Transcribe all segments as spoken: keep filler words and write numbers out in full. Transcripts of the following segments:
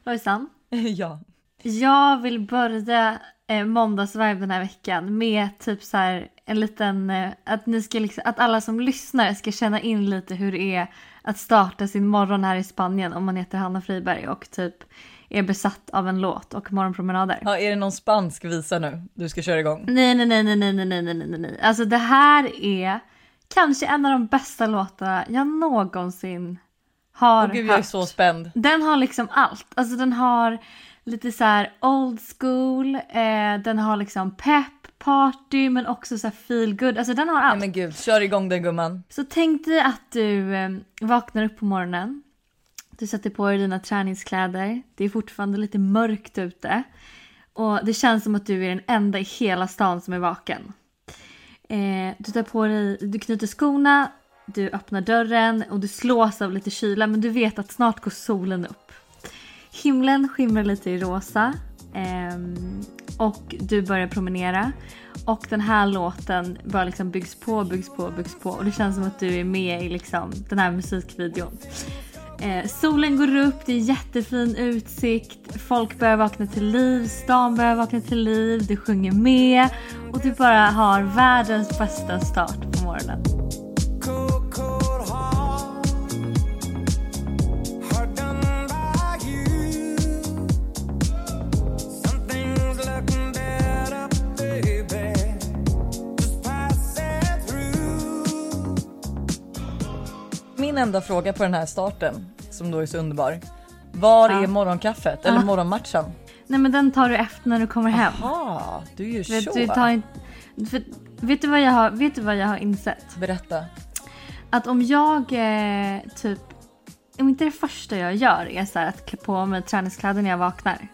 Lojsan? Ja. Jag vill börja eh, måndagsvibe den här veckan med typ så här en liten, eh, att ni ska liksom, att alla som lyssnar ska känna in lite hur det är att starta sin morgon här i Spanien om man heter Hanna Friberg och typ är besatt av en låt och morgonpromenader. Ja, är det någon spansk visa nu du ska köra igång? Nej, nej, nej, nej, nej, nej, nej, nej, nej. Alltså det här är kanske en av de bästa låtarna jag någonsin har Åh gud, jag är hört. så spänd. Den har liksom allt. Alltså den har lite så här old school, eh, den har liksom pep, party, men också så här feel good. Alltså den har allt. Nej men gud, kör igång den gumman. Så tänk dig att du eh, vaknar upp på morgonen. Du sätter på dig dina träningskläder. Det är fortfarande lite mörkt ute. Och det känns som att du är den enda i hela stan som är vaken. Eh, du tar på dig, du knyter skorna, du öppnar dörren och du slås av lite kyla. Men du vet att snart går solen upp. Himlen skimrar lite i rosa. Eh, och du börjar promenera. Och den här låten bara liksom byggs på, byggs på, byggs på. Och det känns som att du är med i liksom den här musikvideon. Eh, solen går upp, det är jättefin utsikt. Folk börjar vakna till liv, stan börjar vakna till liv. Du sjunger med och du bara har världens bästa start på morgonen. Min enda fråga på den här starten, som då är så underbar. Var ja. är morgonkaffet? Eller ja. morgonmatchen? Nej, men den tar du efter när du kommer hem. Jaha, du är ju vet, så. du tar in, för, vet, du vad jag har, vet du vad jag har insett? Berätta. Att om jag eh, typ, om inte det första jag gör är så här att klä på mig träningskläder när jag vaknar.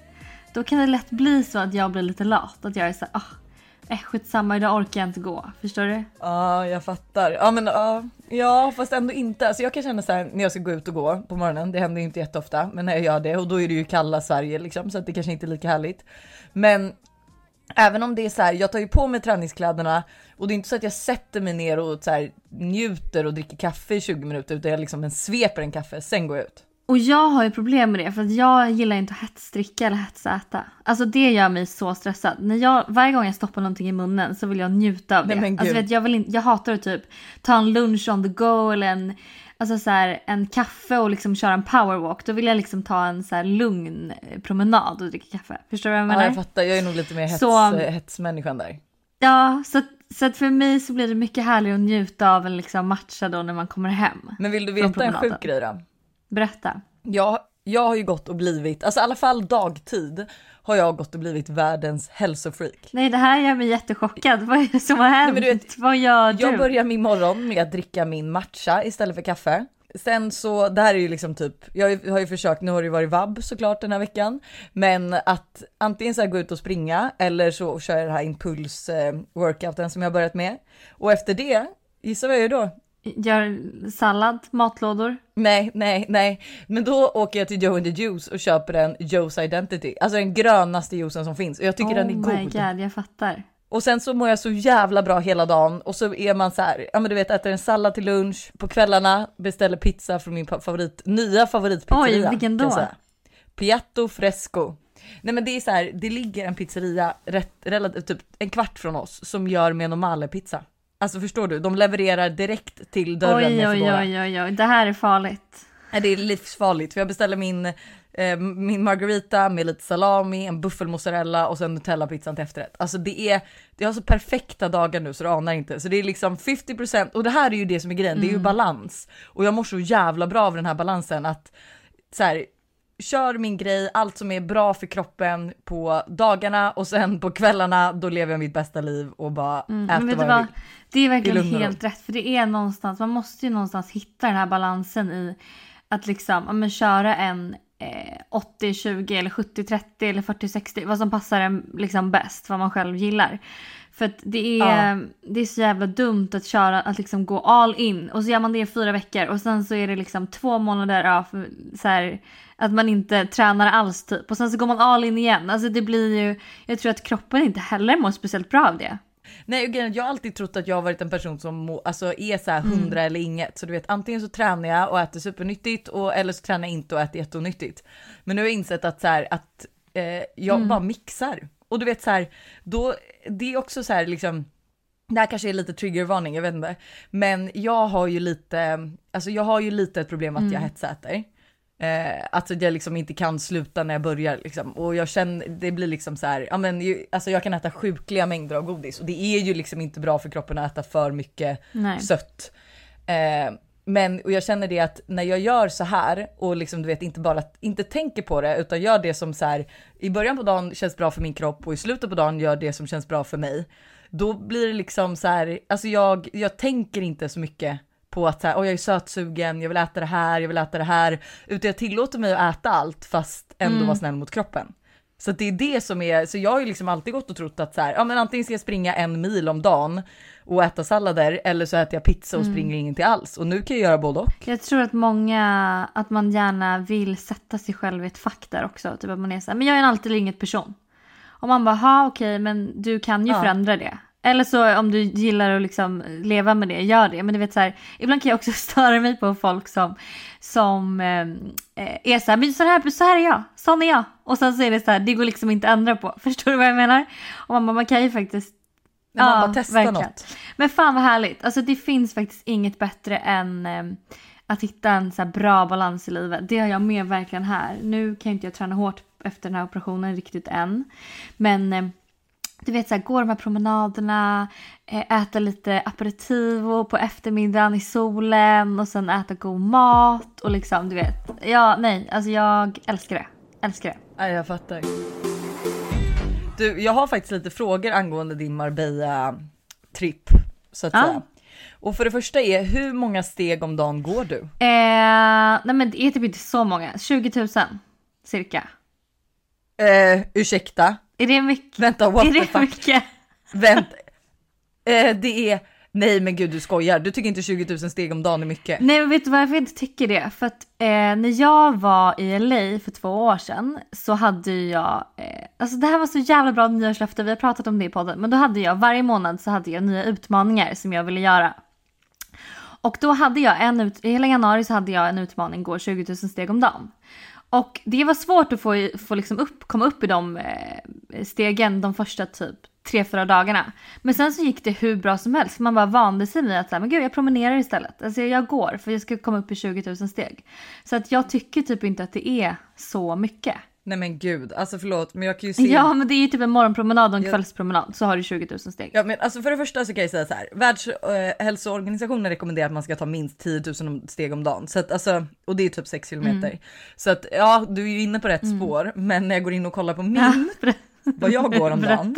Då kan det lätt bli så att jag blir lite lat. Att jag är så här, ah, eh, skitsamma, idag orkar jag inte gå. Förstår du? Ja, jag fattar. Ja, men ja, ja, fast ändå inte. Alltså jag kan känna så här när jag ska gå ut och gå på morgonen. Det händer ju inte jätteofta, men när jag gör det, och då är det ju kalla Sverige liksom, så att det kanske inte är lika härligt. Men även om det är så här, jag tar ju på mig träningskläderna och det är inte så att jag sätter mig ner och så här njuter och dricker kaffe i tjugo minuter, utan jag liksom en sveper en kaffe, sen går jag ut. Och jag har ju problem med det, för att jag gillar inte att hetsdricka eller hetsäta. Alltså det gör mig så stressad. När jag, varje gång jag stoppar någonting i munnen så vill jag njuta av det. Nej, men alltså vet, jag, vill inte, jag hatar att typ ta en lunch on the go eller en, alltså så här, en kaffe och liksom köra en powerwalk. Då vill jag liksom ta en så här lugn promenad och dricka kaffe. Förstår du vad jag menar? Ja, jag fattar. Jag är nog lite mer hets, så, hetsmänniskan där. Ja, så, så att för mig så blir det mycket härligt att njuta av en liksom matcha då när man kommer hem. Men vill du veta en sjuk grej då? Berätta. Jag, jag har ju gått och blivit, alltså i alla fall dagtid har jag gått och blivit världens hälsofreak. Nej, det här gör mig jättechockad. Vad är det som har hänt? Nej, men du vet, vad gör du? Jag börjar min morgon med att dricka min matcha istället för kaffe. Sen så, det här är ju liksom typ, jag har ju försökt, nu har det ju varit vab såklart den här veckan. Men att antingen så här gå ut och springa eller så kör jag det här impuls eh, workouten som jag har börjat med. Och efter det, gissa vad jag gör då? Gör sallad, matlådor. Nej, nej, nej. Men då åker jag till Joe and the Juice och köper en Joe's Identity. Alltså den grönaste juicen som finns. Och jag tycker oh den är god. Oh my god, jag fattar. Och sen så mår jag så jävla bra hela dagen. Och så är man så här, ja men du vet, äter en sallad till lunch. På kvällarna beställer pizza från min favorit, nya favoritpizzeria. Oj, vilken då? Piatto Fresco. Nej men det är så här, det ligger en pizzeria rätt, relativt, typ en kvart från oss som gör med normala pizza. Alltså förstår du, de levererar direkt till dörren. Oj, oj, oj, oj, oj, det här är farligt. Det är livsfarligt, för jag beställer min, eh, min margarita med lite salami, en buffelmozzarella och sen Nutella-pizzan till efterrätt. Alltså det är, det har så perfekta dagar nu så du anar inte. Så det är liksom femtio procent, och det här är ju det som är grejen, mm. det är ju balans. Och jag mår så jävla bra av den här balansen att så här, kör min grej, allt som är bra för kroppen på dagarna och sen på kvällarna då lever jag mitt bästa liv och bara mm, äter vad jag vill. Det är verkligen helt rätt, för det är någonstans, man måste ju någonstans hitta den här balansen i att liksom, ja, men köra en eh, åttio tjugo eller sjuttio trettio eller fyrtio sextio, vad som passar en liksom bäst, vad man själv gillar. För att det är, ja. det är så jävla dumt att köra, att liksom gå all in och så gör man det i fyra veckor och sen så är det liksom två månader av så här, att man inte tränar alls typ och sen så går man all in igen. Alltså det blir ju, jag tror att kroppen inte heller mår speciellt bra av det. Nej, again, jag har alltid trott att jag har varit en person som må, alltså är så här hundra mm. eller inget. Så du vet, antingen så tränar jag och äter supernyttigt och, eller så tränar jag inte och äter jätteonyttigt. Men nu har jag insett att, så här, att eh, jag mm. bara mixar. Och du vet så här, då, det är också så här liksom, det här kanske är lite triggervarning, jag vet inte. Men jag har ju lite, alltså jag har ju lite ett problem att mm. jag hetsäter. Eh, alltså jag liksom inte kan sluta när jag börjar liksom. Och jag känner, det blir liksom så här, ja men ju, alltså jag kan äta sjukliga mängder av godis. Och det är ju liksom inte bra för kroppen att äta för mycket Nej. sött. Eh, men och jag känner det att när jag gör så här och liksom du vet inte bara inte tänker på det utan gör det som så här i början på dagen känns bra för min kropp och i slutet på dagen gör det som känns bra för mig. Då blir det liksom så här, alltså jag, jag tänker inte så mycket på att så här, oh, jag är sötsugen, jag vill äta det här, jag vill äta det här. Utan jag tillåter mig att äta allt fast ändå mm. vara snäll mot kroppen. Så det är det som är, så jag har ju liksom alltid gått och trott att så här, ja men antingen ska jag springa en mil om dagen och äta sallader eller så äter jag pizza och mm. springer ingenting alls. Och nu kan jag göra både och. Jag tror att många, att man gärna vill sätta sig själv i ett fack där också. Typ att man är så här, men jag är en allt eller inget person. Och man bara, ha okej, men du kan ju ja. förändra det. Eller så om du gillar att liksom leva med det, gör det. Men du vet så här, ibland kan jag också störa mig på folk som, som eh, är så här, men så här, så här är jag, sån är jag. Och sen så är det så här, det går liksom inte att ändra på. Förstår du vad jag menar? Och man, bara, man kan ju faktiskt... Men man ja, bara testa verkligen. Något. Men fan vad härligt. Alltså det finns faktiskt inget bättre än eh, att hitta en så här bra balans i livet. Det har jag med verkligen här. Nu kan inte jag träna hårt efter den här operationen riktigt än. Men... Eh, Du vet så här, gå de här promenaderna, äta lite aperitivo på eftermiddagen i solen och sen äta god mat och liksom, du vet. Ja, nej, alltså jag älskar det. Älskar det. Ja, jag fattar. Du, jag har faktiskt lite frågor angående din Marbella-tripp, så att ja. säga. Och för det första är, hur många steg om dagen går du? Eh, nej men det är typ inte så många. tjugo tusen cirka. Eh, ursäkta. Är det mycket? Vänta, what är the det fuck? Mycket? Vänta. Eh, det är... Nej men gud, du skojar. Du tycker inte tjugo tusen steg om dagen är mycket? Nej, men vet du varför jag inte tycker det? För att eh, när jag var i L A för två år sedan så hade jag... Eh, alltså det här var så jävla bra nyårslöfte. Vi har pratat om det i podden. Men då hade jag, varje månad så hade jag nya utmaningar som jag ville göra. Och då hade jag en... Ut, hela januari så hade jag en utmaning, gå tjugo tusen steg om dagen. Och det var svårt att få, få liksom upp, komma upp i de eh, stegen de första typ tre, fyra dagarna. Men sen så gick det hur bra som helst. Man bara vande sig med att men gud, jag promenerar istället. Alltså jag går för jag ska komma upp i tjugo tusen steg. Så att jag tycker typ inte att det är så mycket. Nej men gud, alltså förlåt, men jag kan ju se... Ja, men det är ju typ en morgonpromenad och en jag... kvällspromenad, så har du tjugo tusen steg. Ja, men alltså för det första så kan jag säga så här. Världshälsoorganisationen rekommenderar att man ska ta minst tio tusen steg om dagen. Så att alltså, och det är typ sex kilometer. Mm. Så att ja, du är ju inne på rätt mm. spår. Men när jag går in och kollar på min, ja, vad jag går om dagen.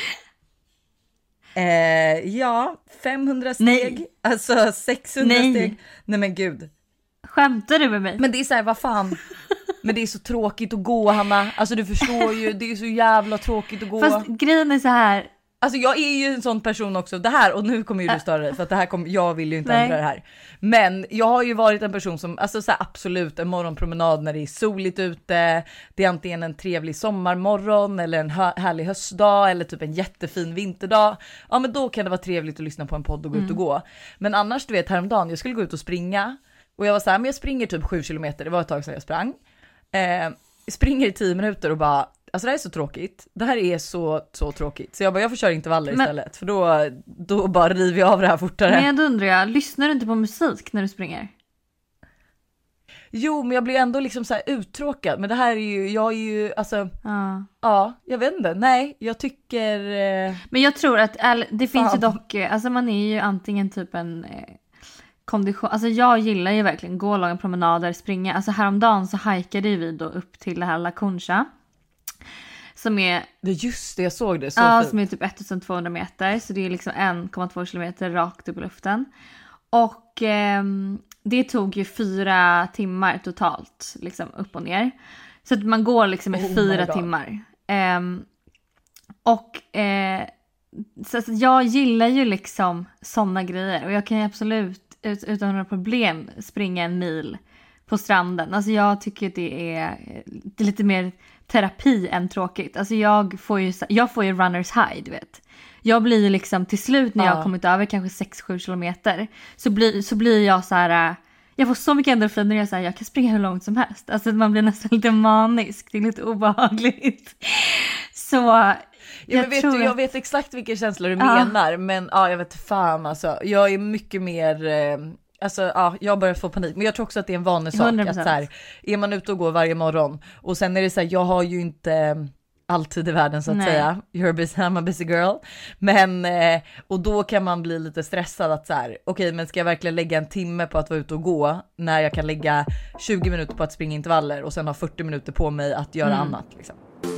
Eh, ja, femhundra steg. Nej. Alltså sexhundra Nej. steg. Nej men gud. Skämtar du med mig? Men det är så här, vad fan... Men det är så tråkigt att gå, Hanna. Alltså du förstår ju, det är så jävla tråkigt att gå. Fast grejen är så här. Alltså jag är ju en sån person också. Det här, och nu kommer ju du störa dig för att det här kommer, jag vill ju inte ändra det här. Men jag har ju varit en person som, alltså så här, absolut en morgonpromenad när det är soligt ute. Det är antingen en trevlig sommarmorgon eller en härlig höstdag eller typ en jättefin vinterdag. Ja men då kan det vara trevligt att lyssna på en podd och gå mm. ut och gå. Men annars du vet häromdagen, jag skulle gå ut och springa. Och jag var så här, men jag springer typ sju kilometer. Det var ett tag sedan jag sprang. Eh, springer i tio minuter och bara, alltså det här är så tråkigt. Det här är så, så tråkigt. Så jag bara, jag får köra intervaller men, istället. För då, då bara river jag av det här fortare. Men då undrar jag, lyssnar du inte på musik när du springer? Jo, men jag blir ändå liksom så här uttråkad. Men det här är ju, jag är ju, alltså, ja, ja jag vet inte. Nej, jag tycker... Eh, men jag tror att, det finns fan. ju dock, alltså man är ju antingen typ en... kondition. Alltså jag gillar ju verkligen gå långa promenader, springa. Alltså häromdagen så hajkade vi då upp till det här La Concha. Som är... Det är just det, jag såg det. Så ja, fint. Som är typ ettusentvåhundra meter. Så det är liksom en komma två kilometer rakt upp i luften. Och eh, det tog ju fyra timmar totalt. Liksom upp och ner. Så att man går liksom i oh fyra timmar. Eh, och... Eh, så att jag gillar ju liksom såna grejer. Och jag kan ju absolut utan några problem springa en mil på stranden. Alltså jag tycker det är, det är lite mer terapi än tråkigt. Alltså jag får ju, jag får ju runners high, du vet. Jag blir ju liksom till slut när jag Ja. har kommit över kanske sex sju kilometer så blir, så blir jag så här. äh, Jag får så mycket endorfiner när jag säger jag kan springa hur långt som helst. Alltså man blir nästan lite manisk. Det är lite obehagligt. Så Ja, jag men vet tror du, jag att- vet exakt vilka känslor du Ja. menar, men ja, jag vet fan alltså. Jag är mycket mer, eh, alltså ja, jag börjar få panik. Men jag tror också att det är en vanlig sak hundra att procent. så här, är man ute och går varje morgon och sen är det så här, jag har ju inte alltid i världen så att Nej. säga. You're a busy, I'm a busy girl. Men, eh, och då kan man bli lite stressad att så här, okej, men ska jag verkligen lägga en timme på att vara ute och gå när jag kan lägga tjugo minuter på att springa intervaller och sen ha fyrtio minuter på mig att göra Mm. annat liksom.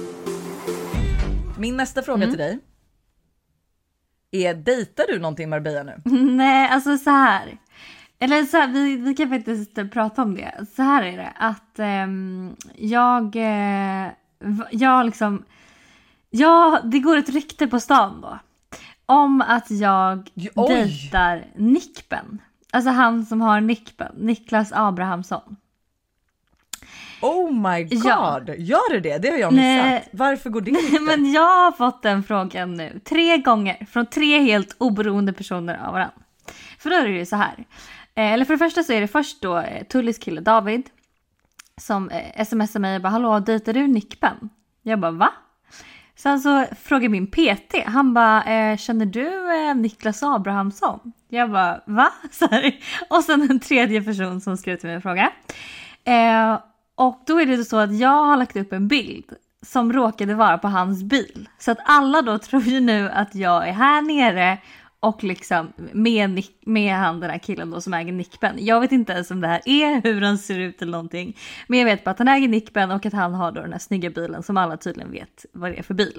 Min nästa fråga Mm. till dig är, dejtar du någonting i Marbella nu? Nej, alltså så här. Eller så här, vi, vi kan faktiskt prata om det. Så här är det. Att ehm, jag... Eh, v- jag liksom... Ja, det går ett rykte på stan då. Om att jag Oj. dejtar Nickben. Alltså han som har Nickben. Niklas Abrahamsson. Oh my god, Ja. gör du det? Det har jag missat. Nej. Varför går det Nej, inte? men jag har fått den frågan nu. Tre gånger. Från tre helt oberoende personer av varandra. För då är det ju så här. Eh, eller för det första så är det först då eh, Tullys kille David. Som eh, smsar mig och bara, hallå, dejtar du Nickben? Jag bara, va? Sen så frågar min P T. Han bara, eh, känner du eh, Niklas Abrahamsson? Jag bara, va? Så här. Och sen en tredje person som skrev till mig och frågade. Eh, och då är det så att jag har lagt upp en bild som råkade vara på hans bil. Så att alla då tror ju nu att jag är här nere och liksom med, Nick, med han den här killen då som äger Nickben. Jag vet inte ens om det här är, hur han ser ut eller någonting. Men jag vet bara att han äger Nickben och att han har då den här snygga bilen som alla tydligen vet vad det är för bil.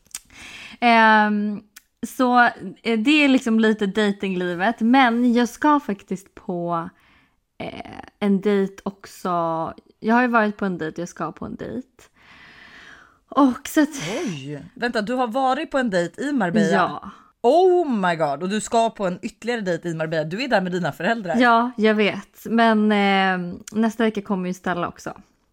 Ehm, så eh, det är liksom lite datinglivet. Men jag ska faktiskt på eh, en dejt också. Jag har ju varit på en dejt, jag ska på en dejt. Och så att, Oj, vänta, du har varit på en dejt i Marbella? ja. Oh my god, och du ska på en ytterligare dejt i Marbella. Du är där med dina föräldrar. Ja, jag vet. Men eh, nästa vecka kommer ju Stella också.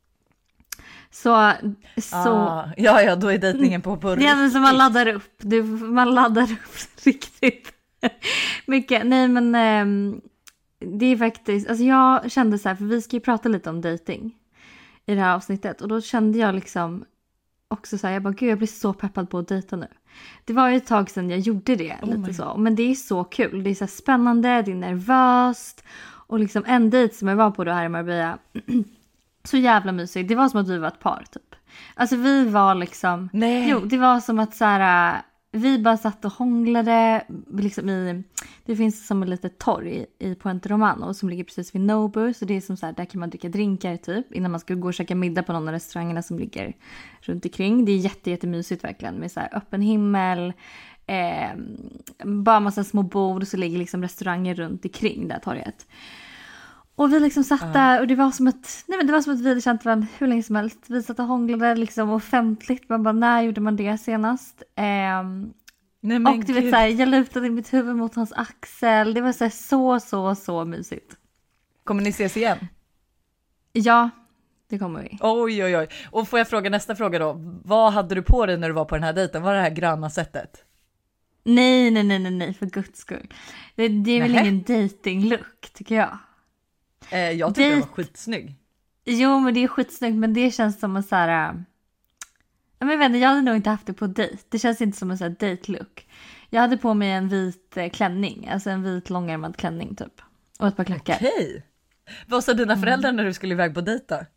Så, så Ah, ja, ja, då är dejtingen på på det är väl som man laddar upp. Du, man laddar upp riktigt mycket. Nej, men eh, det är faktiskt, alltså jag kände så här, för vi ska ju prata lite om dating i det här avsnittet. Och då kände jag liksom också så här, jag bara, gud, jag blir så peppad på att dejta nu. Det var ju ett tag sedan jag gjorde det, Oh lite my så. Men det är så kul, det är så här spännande, det är nervöst. Och liksom en dejt som jag var på då här i Marbella, så jävla mysigt. Det var som att vi var ett par typ. Alltså vi var liksom, Nej. jo, det var som att så här, vi bara satt och hånglade liksom i, det finns som ett litet torg i, i Puente Romano som ligger precis vid Nobu, så det är som så här, där kan man dricka drinkar typ innan man ska gå och käka middag på någon av restaurangerna som ligger runt omkring. Det är jätte, jättemysigt verkligen med så här öppen himmel, eh, bara massa små bord och så ligger liksom restauranger runt omkring det här torget. Och vi liksom satt där och det var som att, nej men det var som att vi hade känt varandra hur länge som helst. Vi satt och hånglade liksom offentligt. Man bara, när gjorde man det senast? Ehm, Nej, men och du vet gud. så här, jag lutade mitt huvud mot hans axel. Det var så här, så, så, så mysigt. Kommer ni ses igen? Ja, det kommer vi. Oj, oj, oj. Och får jag fråga nästa fråga då? Vad hade du på dig när du var på den här dejten? Var det här gröna sättet? Nej, nej, nej, nej, nej, för guds skull. Det, det är väl Nähä. ingen dating-look, tycker jag. Eh, jag tyckte den Dejt- var skitsnygg. Jo, men det är skitsnyggt, men det känns som en så här... äh, Ja, men vänner, jag hade nog inte haft det på dejt. Det känns inte som en så här date-look. Jag hade på mig en vit eh, klänning, alltså en vit långärmad klänning typ. Och ett par klackar. Okej. Vad sa dina föräldrar när du skulle iväg på dejt då?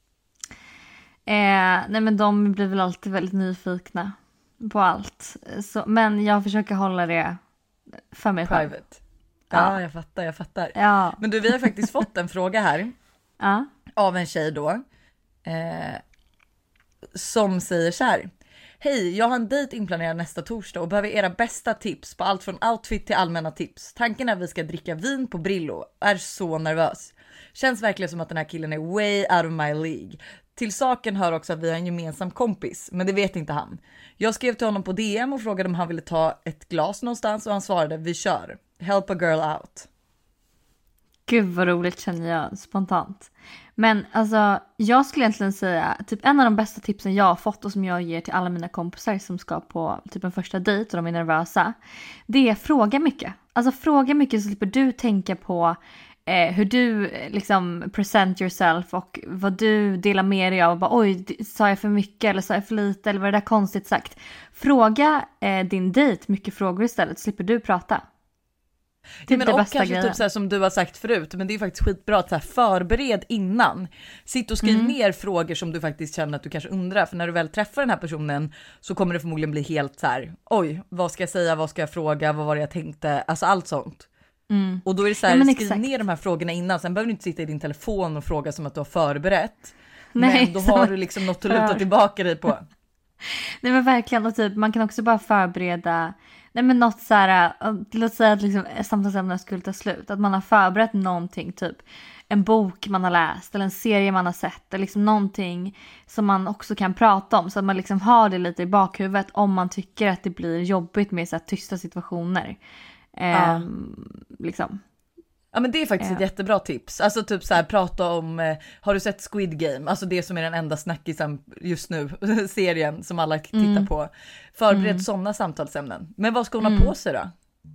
Eh, nej, men de blir väl alltid väldigt nyfikna på allt. Så, men jag försöker hålla det för mig själv. Private. Ja. Ja, jag fattar, jag fattar. Ja. Men du, vi har faktiskt fått en fråga här Ja. av en tjej då. Eh, som säger så här. Hej, jag har en dejt inplanerad nästa torsdag och behöver era bästa tips på allt från outfit till allmänna tips. Tanken är att vi ska dricka vin på Brillo. Är så nervös. Känns verkligen som att den här killen är way out of my league. Till saken hör också att vi har en gemensam kompis, men det vet inte han. Jag skrev till honom på D M och frågade om han ville ta ett glas någonstans och han svarade, vi kör. Help a girl out. Gud vad roligt, känner jag spontant. Men alltså jag skulle egentligen säga typ en av de bästa tipsen jag har fått och som jag ger till alla mina kompisar som ska på typ en första dejt och de är nervösa. Det är fråga mycket. Alltså fråga mycket så slipper du tänka på eh, hur du liksom present yourself och vad du delar med dig av. Bara, oj, sa jag för mycket eller sa jag för lite eller var det där konstigt sagt? Fråga eh, din dejt mycket frågor istället så slipper du prata. Ja, men och kanske typ så här, som du har sagt förut, men det är faktiskt skitbra att så här, förbered innan. Sitt och skriv mm. ner frågor som du faktiskt känner att du kanske undrar, för när du väl träffar den här personen så kommer det förmodligen bli helt så här: oj, vad ska jag säga, vad ska jag fråga, vad var det jag tänkte, alltså allt sånt. Mm. Och då är det så här, ja, skriv exakt. ner de här frågorna innan, sen behöver du inte sitta i din telefon och fråga som att du har förberett. Nej, men då har du liksom något att luta tillbaka dig på. Nej men verkligen, och typ man kan också bara förbereda. Nej men något så här, låt säga att liksom samtalsämnet skulle ta slut. Att man har förberett någonting, typ en bok man har läst eller en serie man har sett. Eller liksom någonting som man också kan prata om. Så att man liksom har det lite i bakhuvudet om man tycker att det blir jobbigt med så här tysta situationer. Ja. Ehm, liksom. Ja men det är faktiskt ja. ett jättebra tips. Alltså typ så här, prata om, eh, har du sett Squid Game? Alltså det som är den enda snackisen just nu, serien som alla tittar mm. på. Förbered mm. sådana samtalsämnen. Men vad ska hon mm. ha på sig då?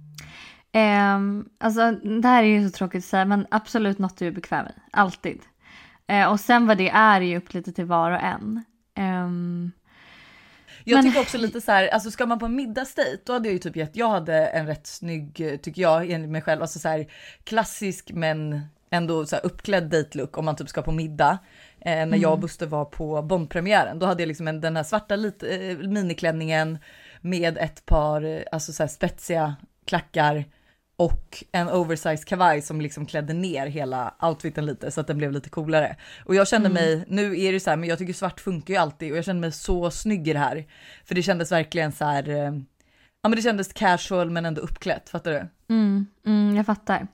Um, alltså det här är ju så tråkigt att säga, men absolut något du är bekväm i. Alltid. Uh, och sen vad det är är ju upp lite till var och en. Um, Jag men... tycker också lite så här, alltså ska man på en middagsdejt, då hade jag ju typ gett, jag hade en rätt snygg, tycker jag, enligt mig själv, alltså så här klassisk men ändå så här uppklädd dejtlook om man typ ska på middag. Eh, när mm. jag och Buster var på Bondpremiären, då hade jag liksom en, den här svarta lite, eh, miniklänningen med ett par, eh, alltså så här spetsiga klackar och en oversized kavaj som liksom klädde ner hela outfiten lite så att den blev lite coolare. Och jag kände mm. mig, nu är det så här, men jag tycker svart funkar ju alltid och jag kände mig så snygg i det här. För det kändes verkligen så här, eh, ja men det kändes casual men ändå uppklätt, fattar du? Mm, mm, jag fattar.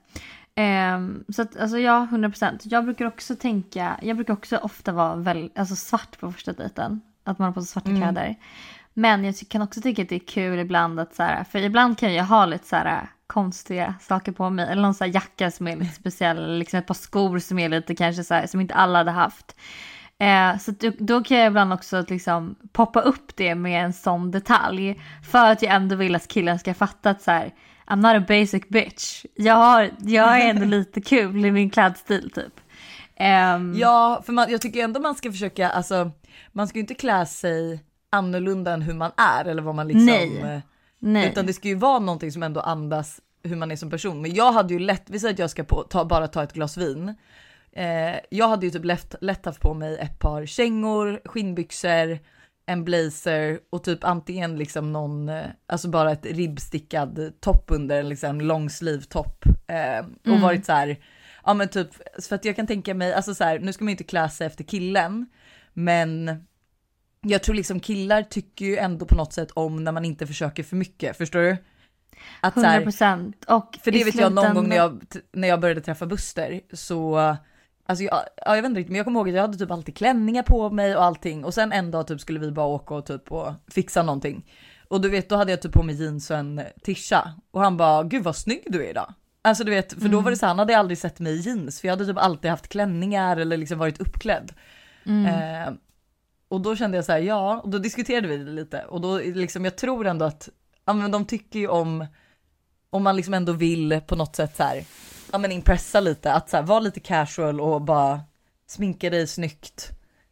Um, så att, alltså ja, hundra procent. Jag brukar också tänka, jag brukar också ofta vara väl, alltså svart på första dejten. Att man har på sig svarta mm. kläder. Men jag kan också tycka att det är kul ibland att så här, för ibland kan jag ha lite så här konstiga saker på mig. Eller någon så här jacka som är lite speciell. Liksom ett par skor som är lite kanske så här, som inte alla hade haft. Eh, så då, då kan jag ibland också liksom poppa upp det med en sån detalj. För att jag ändå vill att killen ska fatta att så här, I'm not a basic bitch. Jag, har, jag är ändå lite kul i min klädstil typ. Um, ja, för man, jag tycker ändå man ska försöka, alltså man ska ju inte klä sig annorlunda än hur man är eller vad man liksom, nej, nej. Utan det ska ju vara någonting som ändå andas hur man är som person. Men jag hade ju lätt, vi säger att jag ska på, ta, bara ta ett glas vin. Eh, jag hade ju typ lätt, lätt haft på mig ett par kängor, skinnbyxor, en blazer och typ antingen liksom någon, alltså bara ett ribbstickad topp under en liksom long sleeve topp. Eh, och mm. varit så här, ja men typ, för att jag kan tänka mig, alltså så här, nu ska man inte klä sig efter killen, men jag tror liksom killar tycker ju ändå på något sätt om när man inte försöker för mycket, förstår du? Att hundra procent. Och för det vet jag någon gång när jag, när jag började träffa Buster så, alltså jag, ja, jag vet inte riktigt, men jag kommer ihåg att jag hade typ alltid klänningar på mig och allting, och sen en dag typ skulle vi bara åka och typ och fixa någonting, och du vet då hade jag typ på mig jeans och en tisha, och han bara, gud vad snygg du är idag. Alltså du vet, för mm. då var det så, han hade aldrig sett mig i jeans, för jag hade typ alltid haft klänningar eller liksom varit uppklädd. Mm. Eh, och då kände jag så här, ja, och då diskuterade vi det lite, och då liksom, jag tror ändå att ja, men de tycker ju om om man liksom ändå vill på något sätt så här, ja men impressa lite, att så här, vara lite casual och bara sminka dig snyggt.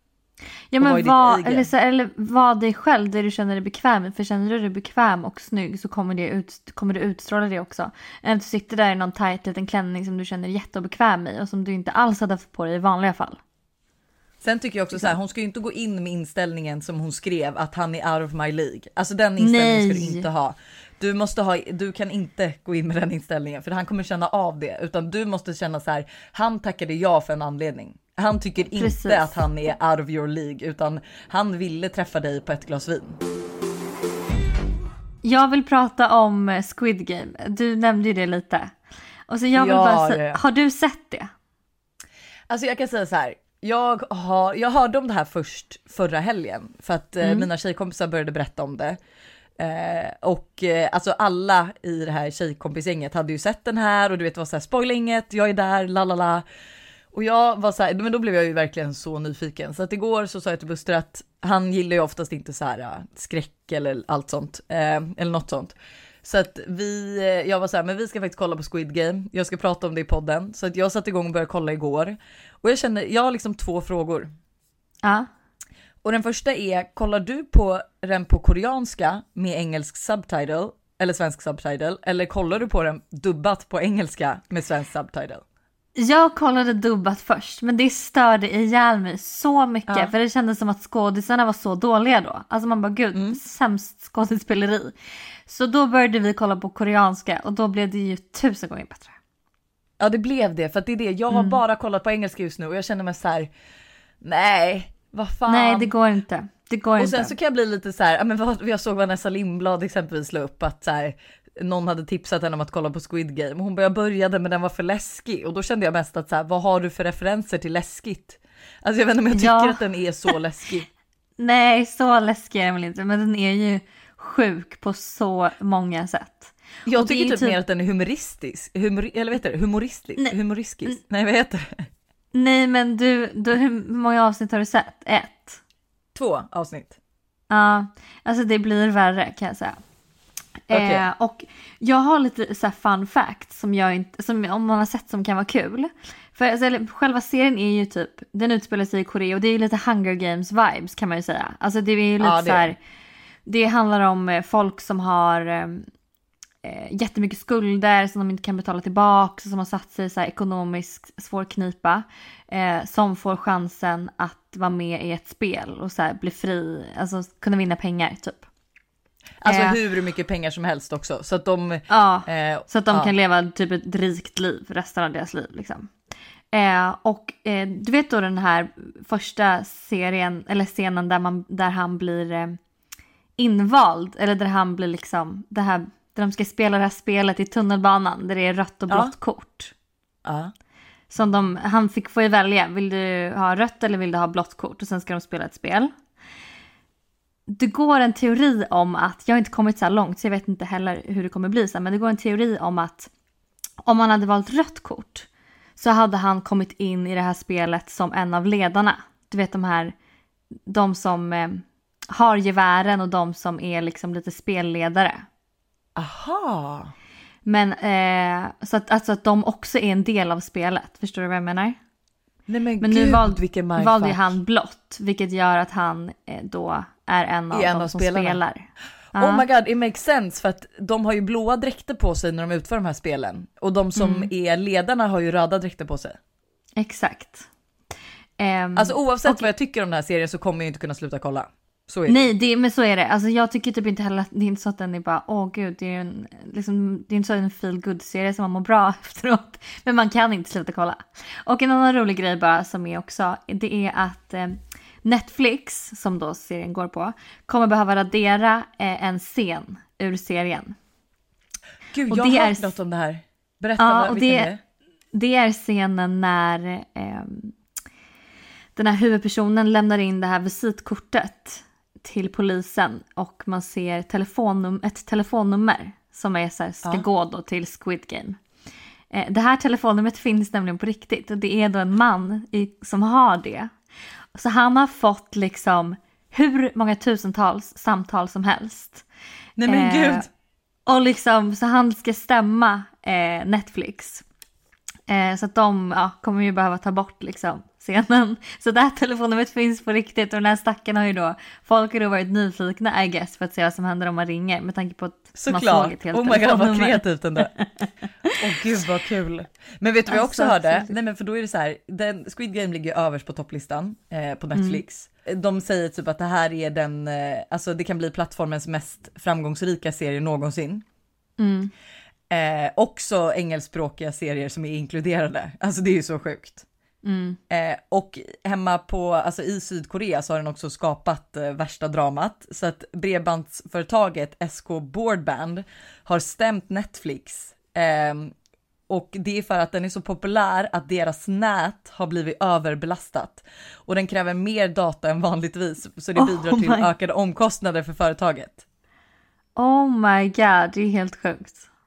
Ja men vad, eller, så, eller var dig själv där du känner dig bekväm i, för känner du dig bekväm och snygg så kommer det ut, kommer du utstråla det också. Än att du sitter där i någon tight liten klänning som du känner dig jättebekväm i och som du inte alls hade haft på dig i vanliga fall. Sen tycker jag också så här, hon ska ju inte gå in med inställningen som hon skrev att han är out of my league. Alltså den inställningen Nej. ska du inte ha. Du måste ha, du kan inte gå in med den inställningen för han kommer känna av det, utan du måste känna så här, han tackade ja för en anledning. Han tycker inte Precis. att han är out of your league, utan han ville träffa dig på ett glas vin. Jag vill prata om Squid Game. Du nämnde ju det lite. Och så jag vill ja, bara säga, har du sett det? Alltså jag kan säga så här. Jag, har, jag hörde om det här först förra helgen för att mm. eh, mina tjejkompisar började berätta om det. Eh, och eh, alltså alla i det här tjejkompisgänget hade ju sett den här och du vet vad så här, spoila inget, jag är där, lalala. Och jag var så här, men då blev jag ju verkligen så nyfiken. Så att igår så sa jag till Buster att han gillar ju oftast inte så här äh, skräck eller allt sånt. Eh, eller något sånt. Så att vi, jag var så här, men vi ska faktiskt kolla på Squid Game. Jag ska prata om det i podden. Så att jag satte igång och började kolla igår. Och jag kände, jag har liksom två frågor. Ja. Och den första är, kollar du på den på koreanska med engelsk subtitle eller svensk subtitle? Eller kollar du på den dubbat på engelska med svensk subtitle? Jag kollade dubbat först, men det störde ihjäl mig så mycket. Ja. För det kändes som att skådisarna var så dåliga då. Alltså man bara, gud, mm. sämst skådespeleri. Så då började vi kolla på koreanska och då blev det ju tusen gånger bättre. Ja, det blev det. För att det är det. Jag har mm. bara kollat på engelska just nu och jag känner mig så här, nej, vad fan. Nej, det går inte. Det går och inte. sen så kan jag bli lite så här, ja, men vad, jag såg Vanessa Lindblad exempelvis la upp att så här, någon hade tipsat henne om att kolla på Squid Game och hon bara, jag började men den var för läskig och då kände jag mest att så här, vad har du för referenser till läskigt? Alltså jag vet inte om jag tycker ja. att den är så läskig. Nej, så läskig är den väl inte, men den är ju sjuk på så många sätt. Jag tycker typ, typ mer att den är humoristisk, humor, eller vet du, humoristisk, nej. humoristisk. Nej, vad heter det? Nej, men du, du, hur många avsnitt har du sett? Ett? Två avsnitt. Ja, alltså det blir värre kan jag säga. Okay. Eh, och jag har lite så här fun facts som jag inte, som om man har sett som kan vara kul. För alltså, själva serien är ju typ, den utspelar sig i Korea och det är ju lite Hunger Games vibes kan man ju säga. Alltså det är ju lite ja, det... så här, det handlar om folk som har eh, jättemycket skulder som de inte kan betala tillbaka, som har satt sig i så här ekonomiskt svår knipa, eh, som får chansen att vara med i ett spel och så här bli fri, alltså kunna vinna pengar typ. Alltså eh, hur mycket pengar som helst också. Så att de, ja, eh, så att de ja. kan leva typ ett rikt liv resten av deras liv. Liksom. Eh, och eh, du vet då den här första serien, eller scenen där, man, där han blir eh, invald. Eller där han blir liksom, det här, där de ska spela det här spelet i tunnelbanan. Där det är rött och blått ja. kort. Ja. Som de, han fick få välja, vill du ha rött eller vill du ha blått kort? Och sen ska de spela ett spel. Det går en teori om att, jag har inte kommit så här långt så jag vet inte heller hur det kommer bli så, men det går en teori om att om han hade valt rött kort så hade han kommit in i det här spelet som en av ledarna. Du vet de här, de som eh, har gevären och de som är liksom lite spelledare. Aha. Men eh, så att, alltså att de också är en del av spelet, förstår du vad jag menar? Nej, men, men gud, nu val, vilken valde ju han blått, vilket gör att han eh, då är en av en de av som spelarna. spelar. Oh my god, it makes sense för att de har ju blåa dräkter på sig när de utför de här spelen. Och de som mm. är ledarna har ju röda dräkter på sig. Exakt. Um, alltså oavsett och, vad jag tycker om den här serien så kommer jag inte kunna sluta kolla. Så är det. Nej, det, men så är det. Alltså jag tycker typ inte heller att det är inte så att den är bara, åh gud, det är en, liksom, det är inte så en feel good serie som man mår bra efteråt. Men man kan inte sluta kolla. Och en annan rolig grej bara som är också, det är att eh, Netflix, som då serien går på, kommer behöva radera eh, en scen ur serien. Gud, och jag det har är, hört något om det här. Berätta ja, vad, och vilken det, det är. Det är scenen när eh, den här huvudpersonen lämnar in det här visitkortet till polisen och man ser telefonnum- ett telefonnummer som är så här, ska ja. gå då till Squid Game. Eh, det här telefonnumret finns nämligen på riktigt och det är då en man i, som har det. Så han har fått liksom hur många tusentals samtal som helst. Nej men eh, gud! Och liksom, så han ska stämma eh, Netflix. Eh, så att de ja, kommer ju behöva ta bort liksom scenen. Så det här telefonnumret finns på riktigt och den här stacken har ju då, folk har då varit nyfikna I guess för att se vad som händer om man ringer med tanke på att såklart. Man såg ett helt oh my god vad kreativt ändå. Åh oh, gud vad kul. Men vet du vad jag också alltså, hörde? Nej men för då är det så här, den, Squid Game ligger överst på topplistan eh, på Netflix. Mm. De säger typ att det här är den, eh, alltså det kan bli plattformens mest framgångsrika serie någonsin. Mm. Eh, också engelskspråkiga serier som är inkluderade. Alltså det är ju så sjukt. Mm. Eh, och hemma på, alltså i Sydkorea så har den också skapat eh, värsta dramat. Så att bredbandsföretaget S K Broadband har stämt Netflix. Eh, och det är för att den är så populär att deras nät har blivit överbelastat. Och den kräver mer data än vanligtvis. Så det bidrar till oh ökade omkostnader för företaget. Oh my god, det är helt sjukt.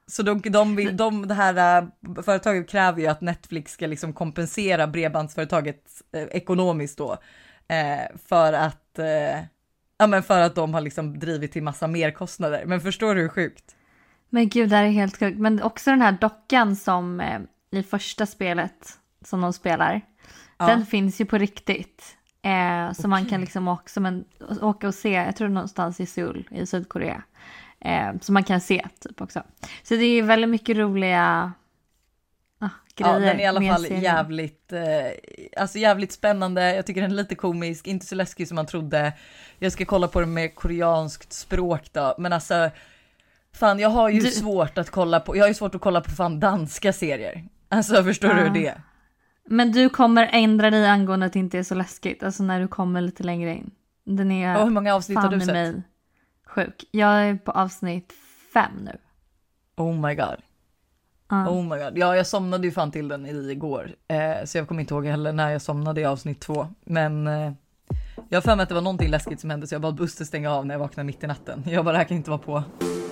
Så de, de, vill, de, det här uh, företaget kräver ju att Netflix ska liksom kompensera bredbandsföretaget eh, ekonomiskt då. Eh, för att eh, ja, men för att de har liksom drivit till massa merkostnader. Men förstår du hur sjukt? Men gud, det här är helt sjukt. Men också den här dockan som eh, i första spelet som de spelar. Ja. Den finns ju på riktigt. Eh, så okay. Man kan liksom också, men, åka och se, jag tror någonstans i Seoul i Sydkorea. Eh, så man kan se typ också. Så det är väldigt mycket roliga ah, grejer. Ja, den är i alla fall serien. jävligt eh, alltså jävligt spännande. Jag tycker den är lite komisk, inte så läskig som man trodde. Jag ska kolla på den med koreanskt språk då. Men alltså, fan jag har ju du... svårt att kolla på, jag har ju svårt att kolla på fan danska serier. Alltså förstår ja. du det? Men du kommer ändra dig angående att det inte är så läskigt. Alltså när du kommer lite längre in. Den är och hur många avsnitt har du sett? Mig sjuk. Jag är på avsnitt fem nu. Oh my god. Uh. Oh my god. Ja, jag somnade ju fan till den igår. Eh, så jag kommer inte ihåg heller när jag somnade i avsnitt två. Men eh, jag har för mig att det var någonting läskigt som hände så jag bad Buster stänga av när jag vaknade mitt i natten. Jag bara, det här kan inte vara på.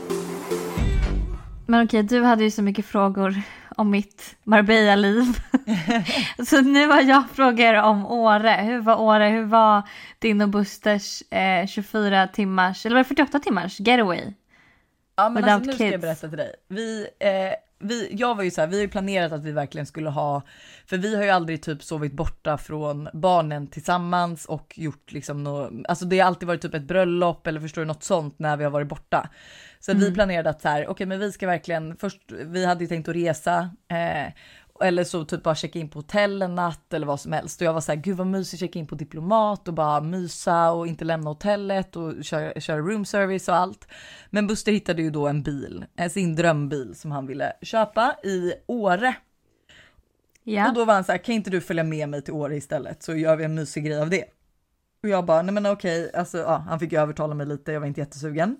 Men okej, du hade ju så mycket frågor om mitt Marbella-liv. Så nu har jag frågor om Åre. Hur var Åre? Hur var din och Busters eh, tjugofyra timmars, eller var det fyrtioåtta timmars getaway? Ja, men alltså, nu ska jag berätta till dig. Vi, eh, vi, jag var ju så här, vi har ju planerat att vi verkligen skulle ha, för vi har ju aldrig typ sovit borta från barnen tillsammans och gjort liksom något, alltså det har alltid varit typ ett bröllop eller förstår du något sånt när vi har varit borta. Så mm. vi planerade att så här, okej okay, men vi ska verkligen, först vi hade ju tänkt att resa eh, eller så typ bara checka in på hotell en natt eller vad som helst. Och jag var så här, gud vad mysigt, checka in på Diplomat och bara mysa och inte lämna hotellet och köra, köra room service och allt. Men Buster hittade ju då en bil, sin drömbil som han ville köpa i Åre. Ja. Och då var han så här, kan inte du följa med mig till Åre istället så gör vi en mysig grej av det. Och jag bara, nej men okej, alltså ja, han fick ju övertala mig lite, jag var inte jättesugen.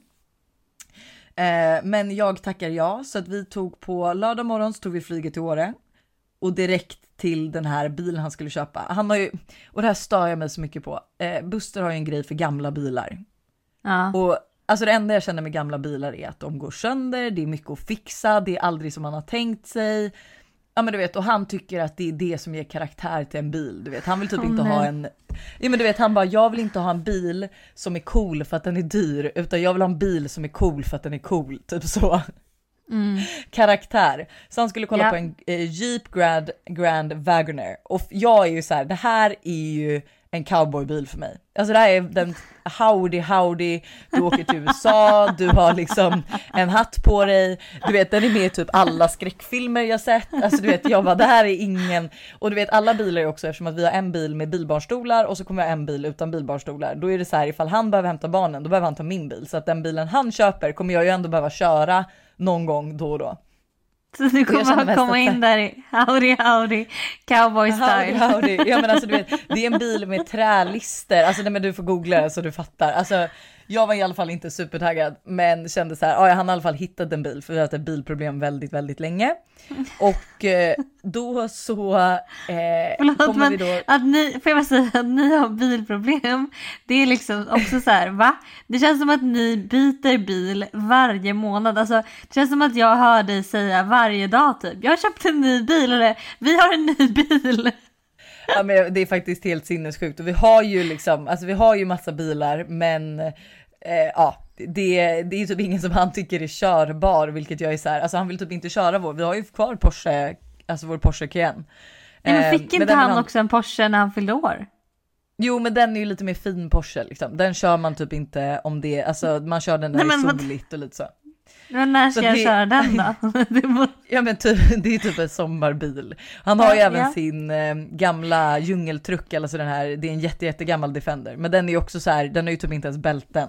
Eh, men jag tackar ja, så att vi tog på lördag morgon så tog vi flyget till Åre. Och direkt till den här bilen han skulle köpa. Han har ju, och det här stör jag mig så mycket på. Eh, Buster har ju en grej för gamla bilar. Ja. Och alltså det enda jag känner med gamla bilar är att de går sönder. Det är mycket att fixa. Det är aldrig som man har tänkt sig. Ja men du vet, och han tycker att det är det som ger karaktär till en bil. Du vet, han vill typ oh, inte nej. ha en... Ja men du vet, han bara, jag vill inte ha en bil som är cool för att den är dyr. Utan jag vill ha en bil som är cool för att den är cool. Typ så. Mm. Karaktär. Så han skulle kolla yeah. på en eh, Jeep Grand, Grand Wagoner. Och jag är ju så här, det här är ju en cowboybil för mig. Alltså det här är den howdy howdy. Du åker till U S A, du har liksom en hatt på dig. Du vet, den är med i typ alla skräckfilmer jag sett. Alltså du vet, jag bara, det här är ingen... Och du vet, alla bilar är också, eftersom att vi har en bil med bilbarnstolar och så kommer jag en bil utan bilbarnstolar. Då är det så här, ifall han behöver hämta barnen, då behöver han ta min bil. Så att den bilen han köper kommer jag ju ändå behöva köra någon gång då och då. Så du kommer att komma in där i howdy howdy cowboy style. Howdy, howdy. Ja men alltså du vet, det är en bil med trälister. Alltså men du får googla så du fattar. Alltså jag var i alla fall inte supertaggad, men kände så här, ja, han i alla fall hittat en bil för vi har haft ett bilproblem väldigt väldigt länge. Och eh, då så eh, Förlåt, kommer men vi då att ni, får jag bara säga att ni har bilproblem. Det är liksom också så här, va? Det känns som att ni byter bil varje månad. Alltså det känns som att jag hör dig säga varje dag typ, jag har köpt en ny bil eller vi har en ny bil. Ja men det är faktiskt helt sinnessjukt och vi har ju liksom, alltså vi har ju massa bilar men eh, ja det, det är typ ingen som han tycker är körbar, vilket jag är så här, alltså han vill typ inte köra vår, vi har ju kvar Porsche, alltså vår Porsche Cayenne. Nej, men fick inte han, han också en Porsche när han fyllde år? Jo men den är ju lite mer fin Porsche liksom, den kör man typ inte om det, alltså man kör den när det är soligt och lite så. Men när ska så jag det... köra den då? Ja men typ, det är typ en sommarbil. Han har ju ja, även ja. sin eh, gamla djungeltruck, alltså den här, det är en jätte, jätte gammal Defender. Men den är ju också så här, den har ju typ inte ens bälten.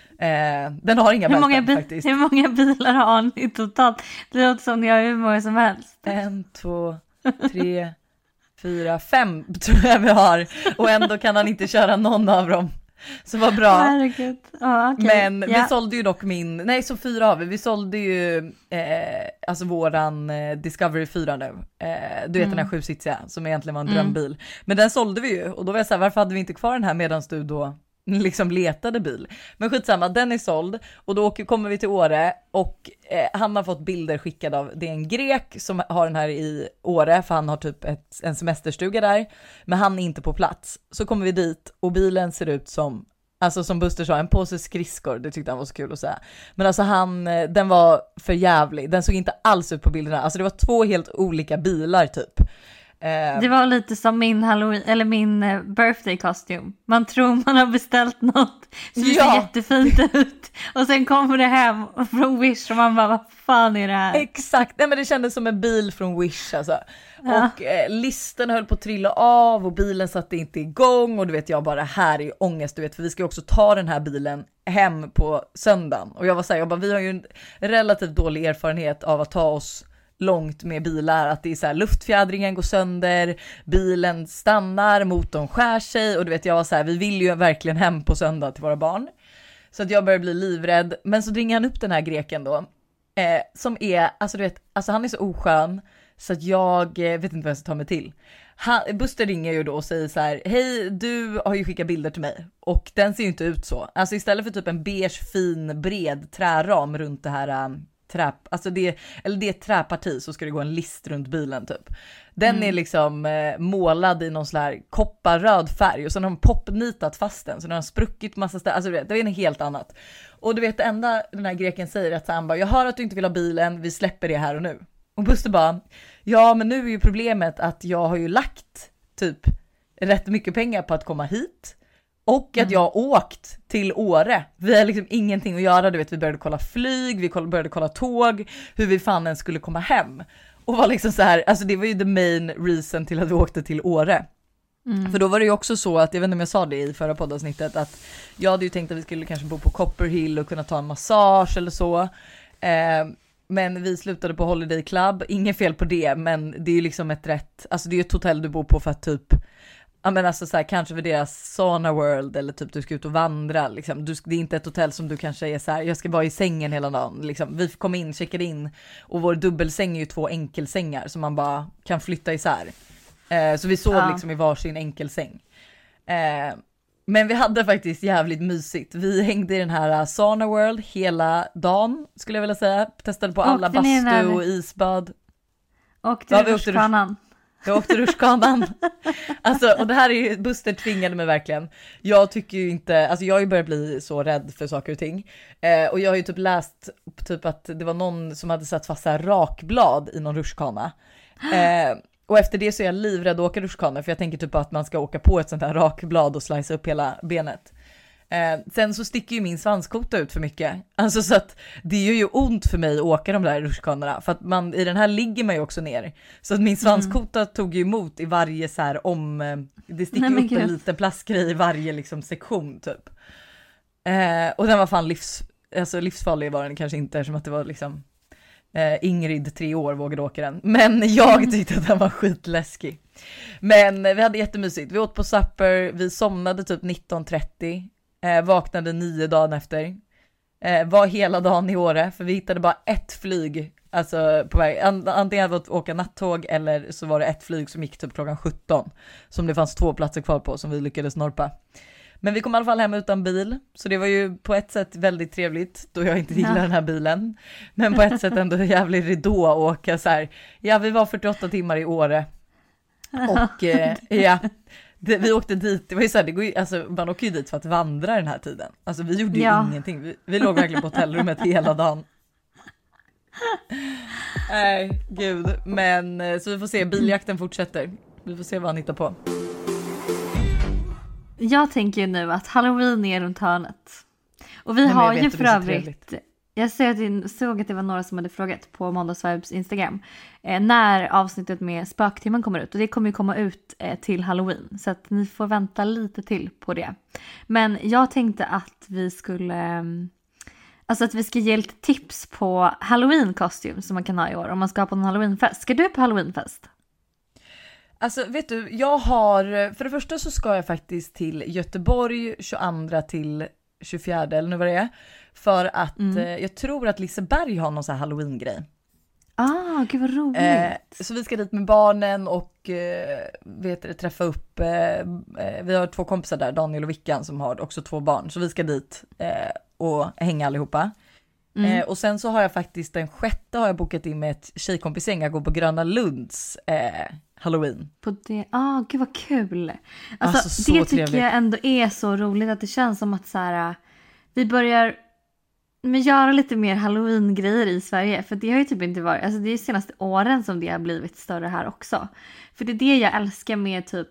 Eh, den har inga hur bälten många faktiskt. Hur många bilar har ni totalt? Det låter som ni har hur många som helst. En, två, tre, fyra, fem tror jag vi har. Och ändå kan han inte köra någon av dem. Så vad bra. Herregud. Oh, okay. Men yeah. vi sålde ju dock min, nej så fyra har vi, vi sålde ju eh, alltså våran eh, Discovery fyra nu. Eh, du vet mm. den här sjusitsiga som egentligen var en mm. drömbil. Men den sålde vi ju och då var jag så här, varför hade vi inte kvar den här medan du då liksom letade bil. Men skitsamma, den är såld och då åker, kommer vi till Åre och eh, han har fått bilder skickade av, det är en grek som har den här i Åre för han har typ ett, en semesterstuga där, men han är inte på plats. Så kommer vi dit och bilen ser ut som, alltså som Buster sa, en påse skridskor, det tyckte han var så kul att säga. Men alltså han, den var för jävlig, den såg inte alls ut på bilderna, alltså det var två helt olika bilar typ. Det var lite som min Halloween eller min birthday costume. Man tror man har beställt något så det ja. ser jättefint ut och sen kommer det hem från Wish och man bara, vad fan är det här? Exakt, nej men det kändes som en bil från Wish alltså. Ja. Och eh, listen höll på att trilla av och bilen satte inte igång och du vet jag bara, här är ångest du vet, för vi ska ju också ta den här bilen hem på söndagen och jag var så här, jag bara, vi har ju en relativt dålig erfarenhet av att ta oss långt med bilar, att det är så här, luftfjädringen går sönder, bilen stannar, motorn skär sig och du vet jag var så här, vi vill ju verkligen hem på söndag till våra barn. Så att jag börjar bli livrädd, men så ringer han upp den här greken då eh, som är, alltså du vet, alltså han är så oskön så att jag eh, vet inte vad jag ska ta mig till. Han, Buster ringer ju då och säger så här, hej du har ju skickat bilder till mig och den ser ju inte ut så, alltså istället för typ en beige fin bred träram runt det här um, Trä, alltså det, eller det är ett träparti så ska det gå en list runt bilen typ. Den mm. är liksom eh, målad i någon sån här kopparröd färg och så har de popnitat fast den så den har spruckit massa ställen, alltså det är en helt annat. Och du vet det enda den här greken säger är att han bara, jag hör att du inte vill ha bilen, vi släpper det här och nu. Och Buster bara, ja men nu är ju problemet att jag har ju lagt typ rätt mycket pengar på att komma hit. Och att mm. jag har åkt till Åre. Vi har liksom ingenting att göra. Du vet, vi började kolla flyg, vi började kolla tåg. Hur vi fan ens skulle komma hem. Och var liksom så här, alltså det var ju the main reason till att vi åkte till Åre. Mm. För då var det ju också så att, jag vet inte om jag sa det i förra poddavsnittet, att jag hade ju tänkt att vi skulle kanske bo på Copperhill och kunna ta en massage eller så. Eh, men vi slutade på Holiday Club. Inget fel på det, men det är ju liksom ett rätt, alltså det är ju ett hotell du bor på för att typ, ja men alltså så här, kanske för deras sauna world eller typ du ska ut och vandra liksom. Du, det är inte ett hotell som du kanske är så här, jag ska vara i sängen hela dagen liksom. Vi kom in, checkade in och vår dubbelsäng är ju två enkelsängar som man bara kan flytta isär. Eh, så vi sov ja. liksom i varsin enkelsäng. Eh, men vi hade faktiskt jävligt mysigt. Vi hängde i den här sauna world hela dagen skulle jag vilja säga. Testade på alla bastu och isbad. Och du rutschkanan. Jag åkte rutschkanan. Alltså, och det här är ju, Buster tvingade mig verkligen. Jag tycker ju inte, alltså jag har ju börjat bli så rädd för saker och ting. Eh, och jag har ju typ läst typ att det var någon som hade satt fast så här rakblad i någon rutschkana. Eh, och efter det så är jag livrädd att åka rutschkana, för jag tänker typ att man ska åka på ett sånt här rakblad och slice upp hela benet. Eh, sen så sticker ju min svanskota ut för mycket. Alltså så att det gör ju ont för mig att åka de där rutschkanorna. För att man, i den här ligger man ju också ner. Så att min svanskota mm. tog ju emot i varje så här om... Det sticker Nej, upp en liten plastgrej i varje liksom sektion typ. Eh, och den var fan livs, alltså livsfarlig var den kanske inte, som att det var liksom... Eh, Ingrid, tre år, vågade åka den. Men jag tyckte att den var skitläskig. Men vi hade jättemysigt. Vi åt på supper, vi somnade typ nitton trettio. Eh, vaknade nio dagen efter. Eh, var hela dagen i Åre, för vi hittade bara ett flyg. Alltså på väg. Antingen var det att åka nattåg eller så var det ett flyg som gick typ klockan sjutton. Som det fanns två platser kvar på som vi lyckades norpa. Men vi kom i alla fall hem utan bil. Så det var ju på ett sätt väldigt trevligt då jag inte gillar ja. den här bilen. Men på ett sätt ändå jävligt ridå att åka så här. Ja, vi var fyrtioåtta timmar i Åre. Och eh, ja... Det, vi åkte dit, det var ju så här, det går ju, alltså, man åker ju dit för att vandra den här tiden. Alltså vi gjorde ju ja. ingenting, vi, vi låg verkligen på hotellrummet hela dagen. Nej, gud. Men så vi får se, biljakten fortsätter. Vi får se vad han hittar på. Jag tänker ju nu att Halloween är runt hörnet. Och vi Nej, har ju för övrigt... Jag såg att, det, såg att det var några som hade frågat på Måndagsvibes Instagram eh, när avsnittet med spöktimmen kommer ut. Och det kommer ju komma ut eh, till Halloween. Så att ni får vänta lite till på det. Men jag tänkte att vi skulle... Eh, alltså att vi ska ge lite tips på Halloween-kostym som man kan ha i år. Om man ska ha på en Halloweenfest. Ska du på Halloweenfest? Alltså vet du, jag har... För det första så ska jag faktiskt till Göteborg tjugoandra till tjugofjärde eller nu vad det är. För att mm. eh, jag tror att Liseberg har någon sån här Halloween-grej. Ah, gud vad roligt. Eh, så vi ska dit med barnen och eh, vet du, träffa upp, eh, vi har två kompisar där, Daniel och Vickan, som har också två barn. Så vi ska dit eh, och hänga allihopa. Mm. Eh, och sen så har jag faktiskt den sjätte har jag bokat in med ett tjejkompisgäng att gå på Gröna Lunds eh, Halloween. På det, ah, gud vad kul. Alltså, alltså så det tycker trevligt. jag ändå är så roligt att det känns som att så här, vi börjar men göra lite mer Halloween-grejer i Sverige. För det har ju typ inte varit, alltså det är de senaste åren som det har blivit större här också. För det är det jag älskar med typ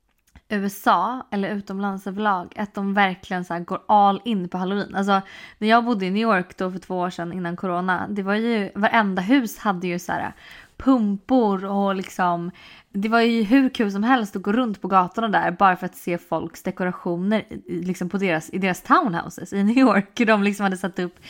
U S A eller utomlands överlag, att de verkligen så här går all in på Halloween. Alltså när jag bodde i New York då för två år sedan innan corona, det var ju, varenda hus hade ju så här pumpor och liksom, det var ju hur kul som helst att gå runt på gatorna där bara för att se folks dekorationer liksom på deras, i deras townhouses i New York. De liksom hade satt upp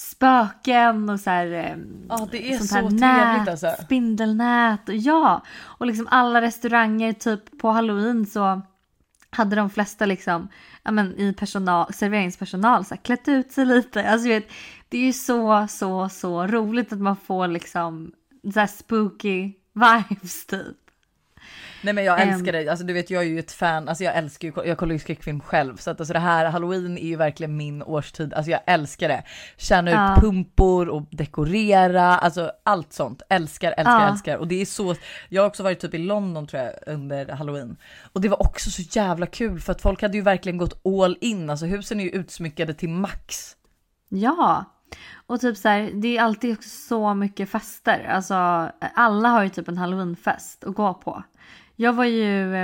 spöken och så här, ja, det är sånt så här trevligt nät, alltså. Spindelnät och ja, och liksom alla restauranger typ på Halloween så hade de flesta liksom, ja men i personal, serveringspersonal så här, klätt ut sig lite. Alltså vet, det är ju så, så, så roligt att man får liksom så här spooky vibes typ. Nej men jag älskar um, det, alltså du vet jag är ju ett fan, alltså jag älskar ju, jag kollar ju skräckfilm själv så att alltså det här Halloween är ju verkligen min årstid, alltså jag älskar det. Känna ut ja. pumpor och dekorera, alltså allt sånt, älskar, älskar, ja. älskar. Och det är så, jag har också varit typ i London tror jag under Halloween och det var också så jävla kul för att folk hade ju verkligen gått all in, alltså husen är ju utsmyckade till max. Ja. Och typ så här, det är alltid också så mycket fester. Alltså alla har ju typ en Halloweenfest att gå på. Jag var ju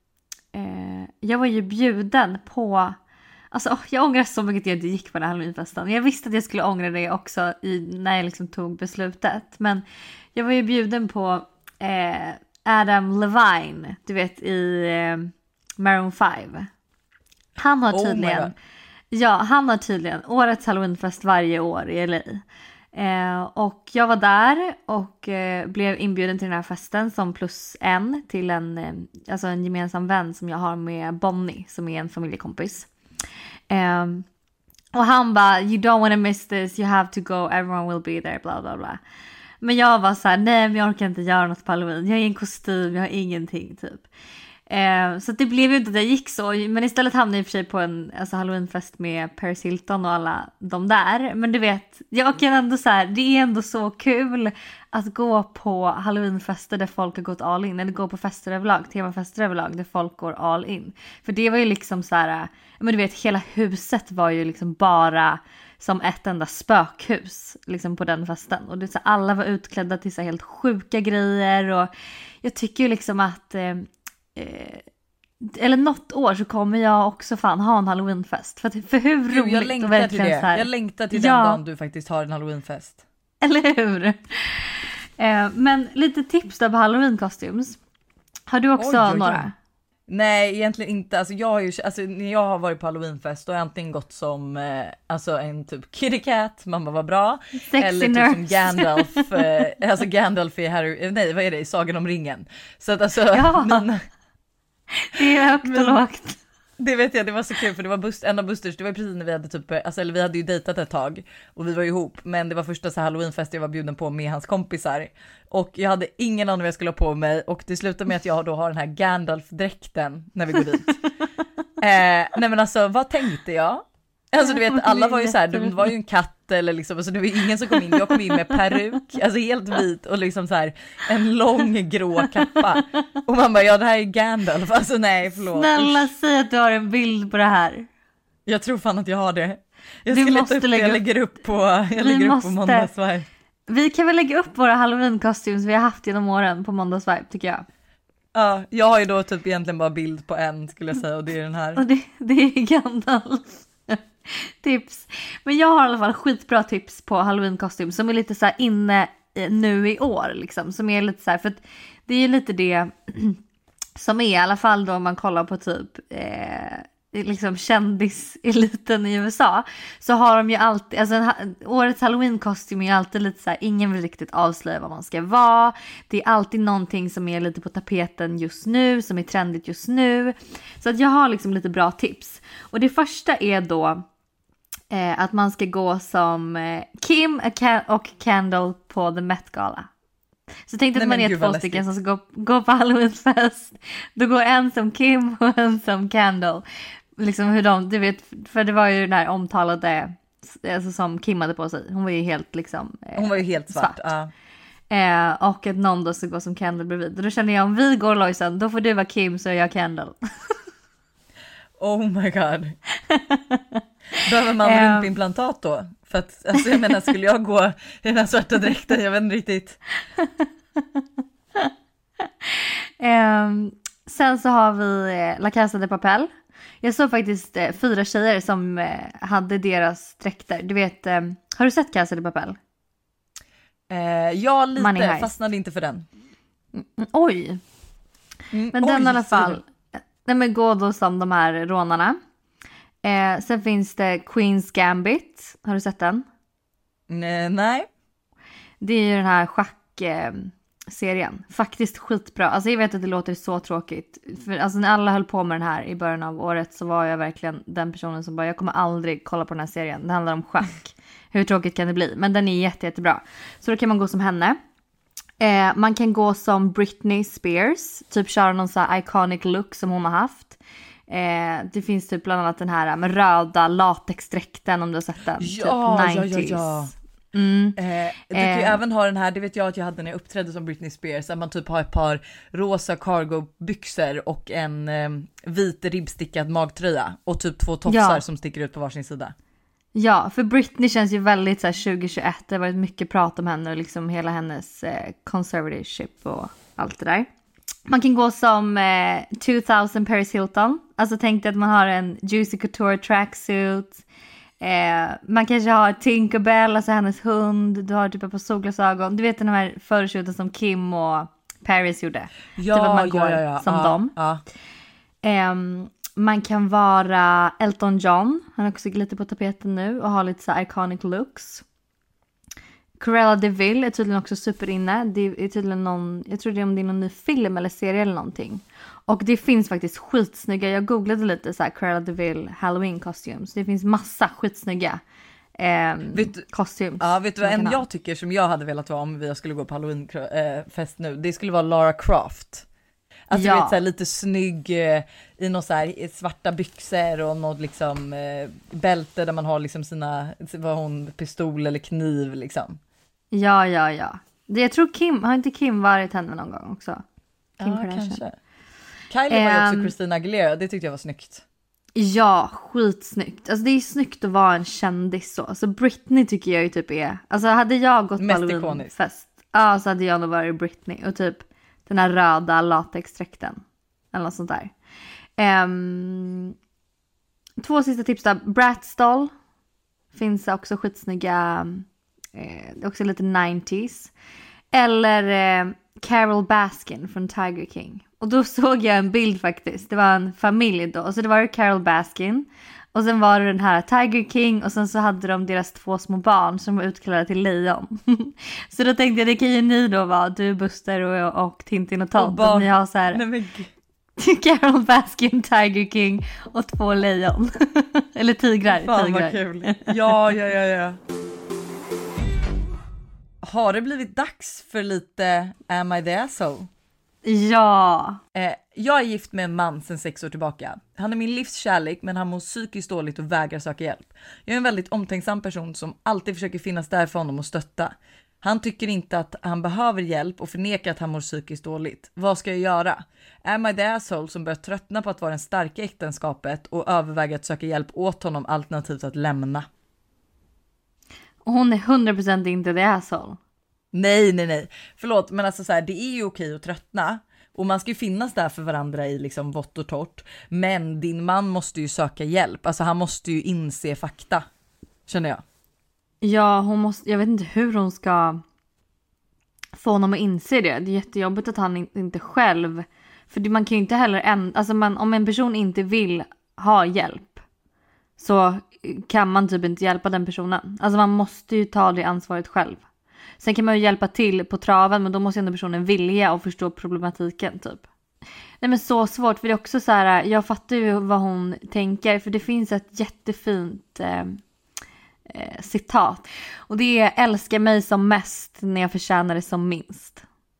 eh, jag var ju bjuden på, alltså jag ångrar så mycket att jag inte gick på den här Halloweenfesten. Jag visste att jag skulle ångra det också i, när jag liksom tog beslutet. Men jag var ju bjuden på eh, Adam Levine, du vet i eh, Maroon five. Han har tydligen oh Ja, han har tydligen årets Halloweenfest varje år i L A. Eh, och jag var där och eh, blev inbjuden till den här festen som plus en till en, eh, alltså en gemensam vän som jag har med Bonnie som är en familjekompis. Eh, och han bara, you don't want to miss this, you have to go, everyone will be there, bla bla bla. Men jag var så här, nej men jag orkar inte göra något på Halloween, jag har ingen kostym, jag har ingenting typ. Eh, så det blev ju inte att jag gick så. Men istället hamnade jag i och för sig på en alltså Halloweenfest med Paris Hilton och alla de där. Men du vet, jag kan ändå så här, det är ändå så kul att gå på Halloweenfester där folk har gått all in. Eller gå på fester överlag, temafester överlag där folk går all in. För det var ju liksom så här, men du vet hela huset var ju liksom bara som ett enda spökhus liksom på den festen. Och det, så alla var utklädda till så helt sjuka grejer. Och jag tycker ju liksom att eh, Eh, eller något år så kommer jag också fan ha en Halloweenfest. För, för hur roligt Gud, jag längtar och verkligen till det. Så här, jag längtar till ja, den dagen du faktiskt har en Halloweenfest. Eller hur? Eh, men lite tips då på Halloween costumes. Har du också oj, oj, oj. några? Nej, egentligen inte. Alltså jag har ju, alltså när jag har varit på Halloweenfest då har jag antingen gått som eh, alltså en typ Kitty Cat, mamma var bra. Sexy eller typ nurse. som Gandalf, eh, alltså Gandalf i Harry, nej vad är det, i Sagan om ringen. Så att alltså ja. mina Det är högt och men, lågt. Det vet jag, det var så kul för det var bust, en av Busters, det var precis när vi hade typ, alltså eller vi hade ju dejtat ett tag och vi var ihop, men det var första så här Halloweenfest jag var bjuden på med hans kompisar och jag hade ingen aning vad jag skulle ha på mig och det slutade med att jag då har den här Gandalf-dräkten när vi går dit. eh, nej men alltså, vad tänkte jag? Alltså du vet, alla var ju så här, det var ju en katt eller liksom, alltså det var ingen som kom in, jag kom in med peruk, alltså helt vit och liksom så här en lång grå kappa och man bara, ja det här är Gandalf, alltså nej förlåt. Snälla säg att du har en bild på det här. Jag tror fan att jag har det. Jag du ska måste leta upp, lägga jag upp. lägger upp på, jag lägger måste. upp på Måndagsvibe. Vi kan väl lägga upp våra Halloween costumes vi har haft genom åren på Måndagsvibe tycker jag. Ja, jag har ju då typ egentligen bara bild på en skulle jag säga och det är den här. Och det, det är Gandalf. Tips. Men jag har i alla fall skitbra tips på Halloween kostym som är lite så här inne nu i år liksom, som är lite så här, för att det är ju lite det som är i alla fall då om man kollar på typ eh, liksom kändiseliten i U S A så har de ju alltid, alltså en, årets Halloween kostym är ju alltid lite så här, ingen vill riktigt avslöja vad man ska vara. Det är alltid någonting som är lite på tapeten just nu, som är trendigt just nu. Så att jag har liksom lite bra tips. Och det första är då eh, att man ska gå som eh, Kim och Kendall på The Met Gala. Så tänkte att man är två stycken som ska gå, gå på Halloweenfest. Då går en som Kim och en som Kendall. Liksom hur de, du vet, för det var ju den där omtalade, alltså som Kim hade på sig. Hon var ju helt liksom eh, Hon var ju helt svart. svart. Uh. Eh, och att någon då ska gå som Kendall bredvid. Och då känner jag, om vi går Lojsan, då får du vara Kim så är jag Kendall. Oh my god. Behöver man um, rumpimplantat då? För att, alltså jag menar, skulle jag gå i den här svarta dräkten, jag vet inte riktigt. um, sen så har vi eh, La Casa de Papel. Jag såg faktiskt eh, fyra tjejer som eh, hade deras dräkter. Du vet, eh, har du sett Casa de Papel? Eh, ja, lite. Fastnade inte för den. Mm, oj. Mm, men oj, den i alla fall. Nej, men går då som de här rånarna. Eh, sen finns det Queen's Gambit. Har du sett den? Nej. nej. Det är ju den här schackserien. Eh, Faktiskt skitbra. Alltså jag vet att det låter så tråkigt. För alltså när alla höll på med den här i början av året så var jag verkligen den personen som bara, jag kommer aldrig kolla på den här serien. Det handlar om schack. Hur tråkigt kan det bli? Men den är jätte, jättebra. Så då kan man gå som henne. Eh, man kan gå som Britney Spears. Typ köra någon så här iconic look som hon har haft. Eh, det finns typ bland annat den här med röda latexdräkten, om du har sett den. Ja, typ nittio. ja, ja, ja. Mm. Eh, du kan ju eh. även ha den här, det vet jag att jag hade när jag uppträdde som Britney Spears. Att man typ har ett par rosa cargo-byxor och en eh, vit ribbstickad magtröja. Och typ två tofsar ja. som sticker ut på varsin sida. Ja, för Britney känns ju väldigt så här tjugohundratjugoett. Det har varit mycket prat om henne och liksom hela hennes eh, conservatorship och allt det där. Man kan gå som eh, tvåtusen Paris Hilton. Alltså tänk dig att man har en Juicy Couture tracksuit. Eh, man kanske har Tinkerbell, alltså hennes hund. Du har typ ett par solglasögon. Du vet den här förshooten som Kim och Paris gjorde. Ja, typ att man går ja, ja, som ja, dem. Ja. Eh, man kan vara Elton John. Han är också lite på tapeten nu och har lite så här iconic looks. Cruella de Vil är tydligen också superinne. Det är tydligen någon, jag tror det är om det är någon ny film eller serie eller någonting. Och det finns faktiskt skitsnygga, jag googlade lite så här Cruella de Vil Halloween costumes. Det finns massa skitsnygga eh, costumes. Ja, vet du vad en jag tycker som jag hade velat vara om vi skulle gå på Halloween eh, fest nu? Det skulle vara Lara Croft. Alltså ja. du vet, så här, lite snygg eh, i någon så här svarta byxor och något liksom eh, bälte där man har liksom sina, vad hon, pistol eller kniv liksom. Ja, ja, ja. Det, jag tror Kim, har inte Kim varit henne någon gång också? Kim ja, Kardashian. Kanske. Kylie var ju också Christina Aguilera, det tyckte jag var snyggt. Ja, skitsnyggt. Alltså det är snyggt att vara en kändis så. Alltså Britney tycker jag ju typ är, alltså hade jag gått på Halloweenfest, ja, så hade jag nog varit Britney och typ den här röda latexdräkten. Eller något sånt där. Um, två sista tips där. Bratz doll. Finns också skitsnygga. Eh, också lite nittiotalet. Eller eh, Carole Baskin från Tiger King. Och då såg jag en bild faktiskt. Det var en familj då. Och så det var Carole Baskin. Och sen var det den här Tiger King. Och sen så hade de deras två små barn som var utklädda till lejon. Så då tänkte jag, det kan ju ni då vara. Du, Buster och, och Tintin och Todd. Och ni har så här Nej, men... Carole Baskin, Tiger King och två lejon. Eller tigrar. Fan tigrar. Vad kul. Ja, ja, ja, ja. Har det blivit dags för lite Am I the asshole? Ja. Eh, jag är gift med en man sedan sex år tillbaka. Han är min livskärlek, men han mår psykiskt dåligt och vägrar söka hjälp. Jag är en väldigt omtänksam person som alltid försöker finnas där för honom och stötta. Han tycker inte att han behöver hjälp och förnekar att han mår psykiskt dåligt. Vad ska jag göra? Am I the asshole som börjar tröttna på att vara den starka äktenskapet och överväga att söka hjälp åt honom alternativt att lämna? Och hon är hundra procent inte the asshole. Nej, nej, nej. Förlåt, men alltså så här, det är ju okej att tröttna. Och man ska ju finnas där för varandra i liksom vått och torrt. Men din man måste ju söka hjälp. Alltså han måste ju inse fakta. Känner jag. Ja, hon måste, jag vet inte hur hon ska få honom att inse det. Det är jättejobbigt att han inte själv... För man kan ju inte heller... En, alltså man, om en person inte vill ha hjälp så kan man typ inte hjälpa den personen. Alltså man måste ju ta det ansvaret själv. Sen kan man ju hjälpa till på traven, men då måste ändå personen vilja och förstå problematiken typ. Nej, men så svårt, för det är också så här, jag fattar ju vad hon tänker, för det finns ett jättefint eh, eh, citat. Och det är: älska mig som mest när jag förtjänar det som minst.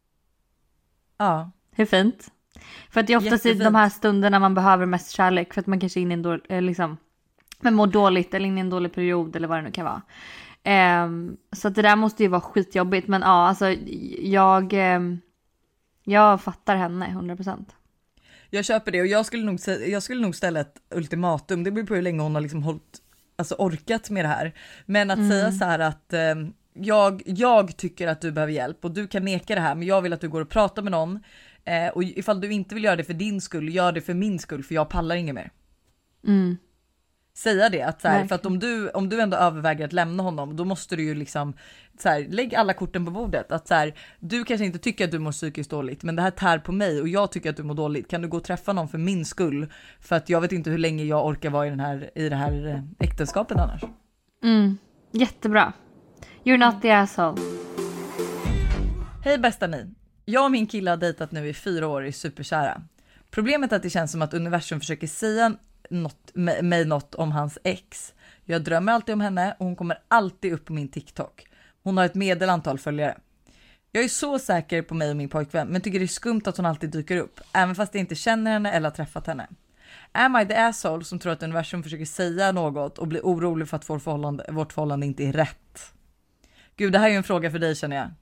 Ja. Hur fint? För att det är oftast i Jättefint. de här stunderna man behöver mest kärlek. För att man kanske är inne i en dålig, eh, liksom, men mår dåligt eller inne i en dålig period eller vad det nu kan vara. Um, så att det där måste ju vara skitjobbigt. Men ja, alltså jag, um, jag fattar henne hundra procent. Jag köper det och jag skulle nog, säga, jag skulle nog ställa ett ultimatum. Det beror på hur länge hon har liksom hållit, alltså orkat med det här. Men att mm. säga så här att eh, jag, jag tycker att du behöver hjälp och du kan neka det här, men jag vill att du går och pratar med någon. Eh, och ifall du inte vill göra det för din skull, gör det för min skull, för jag pallar inget mer. Mm. Säga det, att så här, för att om du, om du ändå överväger att lämna honom, då måste du ju liksom så här, lägg alla korten på bordet. Att så här, du kanske inte tycker att du mår psykiskt dåligt, men det här tär på mig och jag tycker att du mår dåligt. Kan du gå och träffa någon för min skull? För att jag vet inte hur länge jag orkar vara i, den här, i det här äktenskapet annars. Mm. Jättebra. You're not the asshole. Hej bästa ni. Jag och min kille har dejtat nu i fyra år och är superkära. Problemet är att det känns som att universum försöker säga något, mig något om hans ex. Jag drömmer alltid om henne och hon kommer alltid upp på min TikTok. Hon har ett medelantal följare. Jag är så säker på mig och min pojkvän, men tycker det är skumt att hon alltid dyker upp, även fast jag inte känner henne eller har träffat henne. Am I the asshole som tror att universum försöker säga något och blir orolig för att vårt förhållande, vårt förhållande inte är rätt? Gud, det här är ju en fråga för dig, känner jag.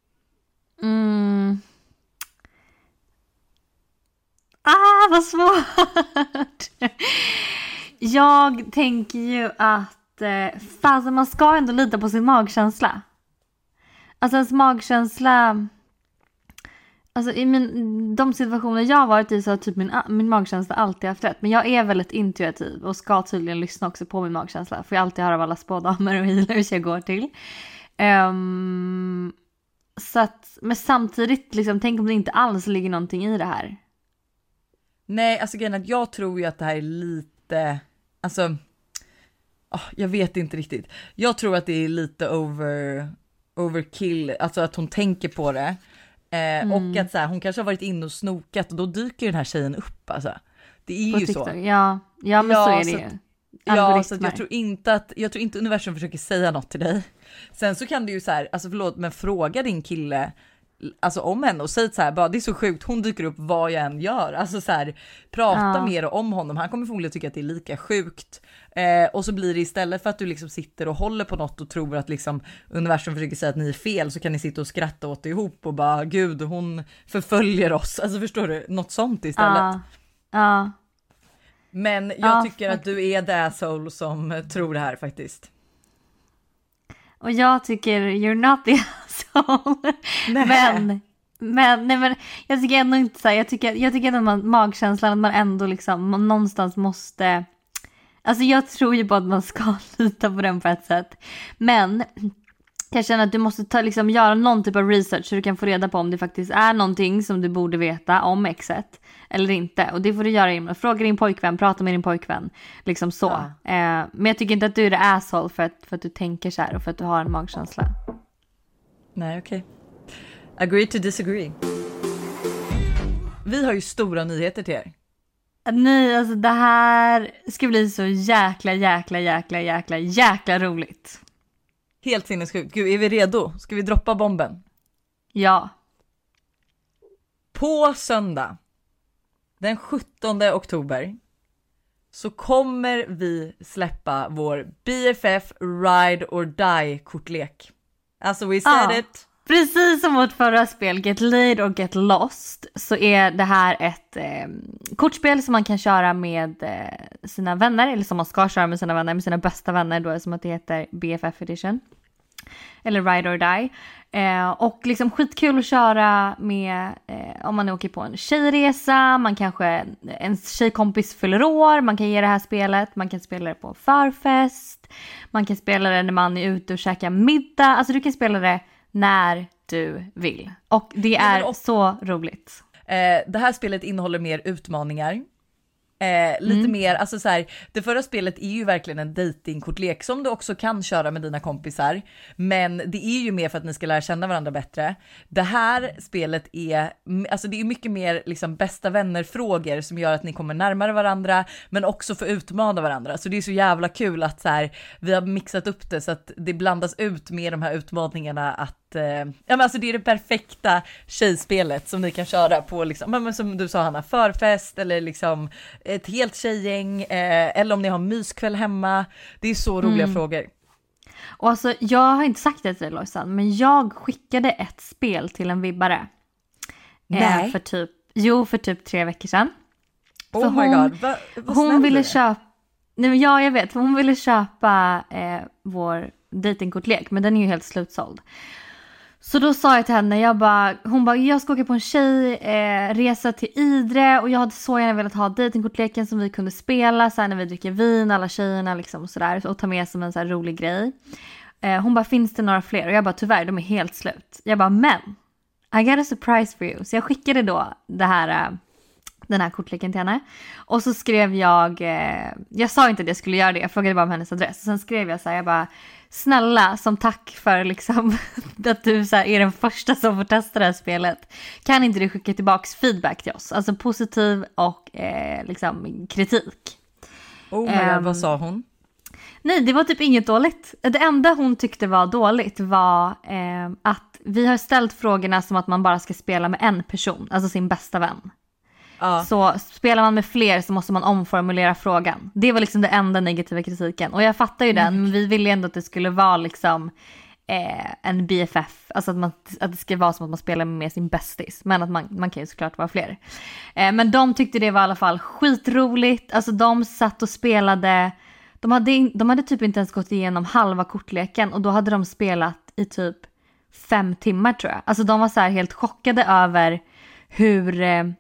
Mm. Ah, vad svårt. Jag tänker ju att eh, fast man ska ändå lita på sin magkänsla. Alltså ens magkänsla. Alltså i min, de situationer jag har varit i så har typ min, min magkänsla alltid haft rätt. Men jag är väldigt intuitiv och ska tydligen lyssna också på min magkänsla. För jag alltid hör av alla spådamer och healers jag går till. Um, så att, men samtidigt liksom, tänk om det inte alls ligger någonting i det här. Nej, alltså grejen är att jag tror ju att det här är lite, alltså, oh, jag vet inte riktigt. Jag tror att det är lite over, overkill, alltså att hon tänker på det. Eh, mm. Och att så här, hon kanske har varit inne och snokat och då dyker den här tjejen upp, alltså. Det är på ju TikTok. Så. Ja, ja men ja, så är det ju. Ja, så att jag tror inte att jag tror inte universum försöker säga något till dig. Sen så kan du ju så här, alltså förlåt, men fråga din kille alltså om henne och säg så här, bara det är så sjukt, hon dyker upp vad jag än gör. Alltså så här, prata ja. mer om honom. Han kommer förmodligen tycka att det är lika sjukt. Eh, och så blir det istället för att du liksom sitter och håller på något och tror att liksom universum försöker säga att ni är fel, så kan ni sitta och skratta åt det ihop och bara gud, hon förföljer oss. Alltså förstår du, något sånt istället. Ja. Ja. Men jag ja, tycker att du är the asshole som tror det här faktiskt. Och jag tycker you're not the asshole. Nej. Men, men, nej, men jag tycker ändå inte så här, jag tycker, jag tycker ändå man, magkänslan att man ändå liksom man någonstans måste, alltså jag tror ju på att man ska lita på den på ett sätt. Men jag känner att du måste ta, liksom, göra någon typ av research så du kan få reda på om det faktiskt är någonting som du borde veta om exet eller inte. Och det får du göra genom att fråga din pojkvän, prata med din pojkvän. Liksom så. Ja. Eh, men jag tycker inte att du är det asshole för att, för att du tänker så här och för att du har en magkänsla. Nej, okej. Okay. Agree to disagree. Vi har ju stora nyheter till er. Nej, alltså det här ska bli så jäkla, jäkla, jäkla, jäkla, jäkla roligt. Helt sinnessjukt. Gud, är vi redo? Ska vi droppa bomben? Ja. På söndag, den sjuttonde oktober, så kommer vi släppa vår B F F Ride or Die-kortlek. Alltså, we said ja. it. Precis som vårt förra spel Get Laid och Get Lost så är det här ett eh, kortspel som man kan köra med eh, sina vänner, eller som man ska köra med sina vänner, med sina bästa vänner då, som att det heter B F F edition eller Ride or Die. Eh, och liksom skitkul att köra med eh, om man åker på en tjejresa, man kanske, en tjejkompis fyller år, man kan ge det här spelet, man kan spela det på förfest, man kan spela det när man är ute och käkar middag, alltså du kan spela det när du vill. Och det är och, så roligt. Eh, det här spelet innehåller mer utmaningar. Eh, lite mm. mer, alltså så här, det förra spelet är ju verkligen en datingkortlek som du också kan köra med dina kompisar, men det är ju mer för att ni ska lära känna varandra bättre. Det här spelet är, alltså det är mycket mer liksom bästa vänner-frågor som gör att ni kommer närmare varandra, men också för utmana varandra. Så det är så jävla kul att så här, vi har mixat upp det så att det blandas ut med de här utmaningarna, att att eh, ja, men alltså det är det perfekta tjejspelet som ni kan köra på liksom, men som du sa Hanna, förfest eller liksom ett helt tjejgäng eh, eller om ni har myskväll hemma. Det är så roliga mm. frågor. Och alltså jag har inte sagt det till dig Lojsan, men jag skickade ett spel till en vibbare. Nej. Eh, för typ, jo för typ tre veckor sedan. Oh för my hon, god, Va, vad hon ville köpa, nej men ja jag vet, hon ville köpa eh, vår datingkortlek, men den är ju helt slutsåld. Så då sa jag till henne, jag bara, hon bara, jag ska åka på en tjej eh, resa till Idre och jag hade så gärna velat ha datingkortleken som vi kunde spela så här, när vi dricker vin, alla tjejerna liksom sådär, och ta med som en så här rolig grej. Eh, hon bara, finns det några fler? Och jag bara, tyvärr, de är helt slut. Jag bara, men I got a surprise for you. Så jag skickade då det här, äh, den här kortleken till henne. Och så skrev jag, äh, jag sa inte att jag skulle göra det, jag frågade bara om hennes adress. Och sen skrev jag så här, jag bara, snälla, som tack för liksom att du så här, är den första som får testa det här spelet. Kan inte du skicka tillbaks feedback till oss? Alltså positiv och äh, liksom kritik. Oh my god, um, vad sa hon? Nej, det var typ inget dåligt. Det enda hon tyckte var dåligt var eh, att vi har ställt frågorna som att man bara ska spela med en person, alltså sin bästa vän. Ja. Så spelar man med fler så måste man omformulera frågan. Det var liksom det enda negativa kritiken. Och jag fattar ju den, mm. men vi ville ändå att det skulle vara liksom eh, en B F F. Alltså att, man, att det ska vara som att man spelar med sin bästis. Men att man, man kan ju såklart vara fler. Eh, men de tyckte det var i alla fall skitroligt. Alltså de satt och spelade... De hade, de hade typ inte ens gått igenom halva kortleken och då hade de spelat i typ fem timmar tror jag. Alltså de var så här helt chockade över hur...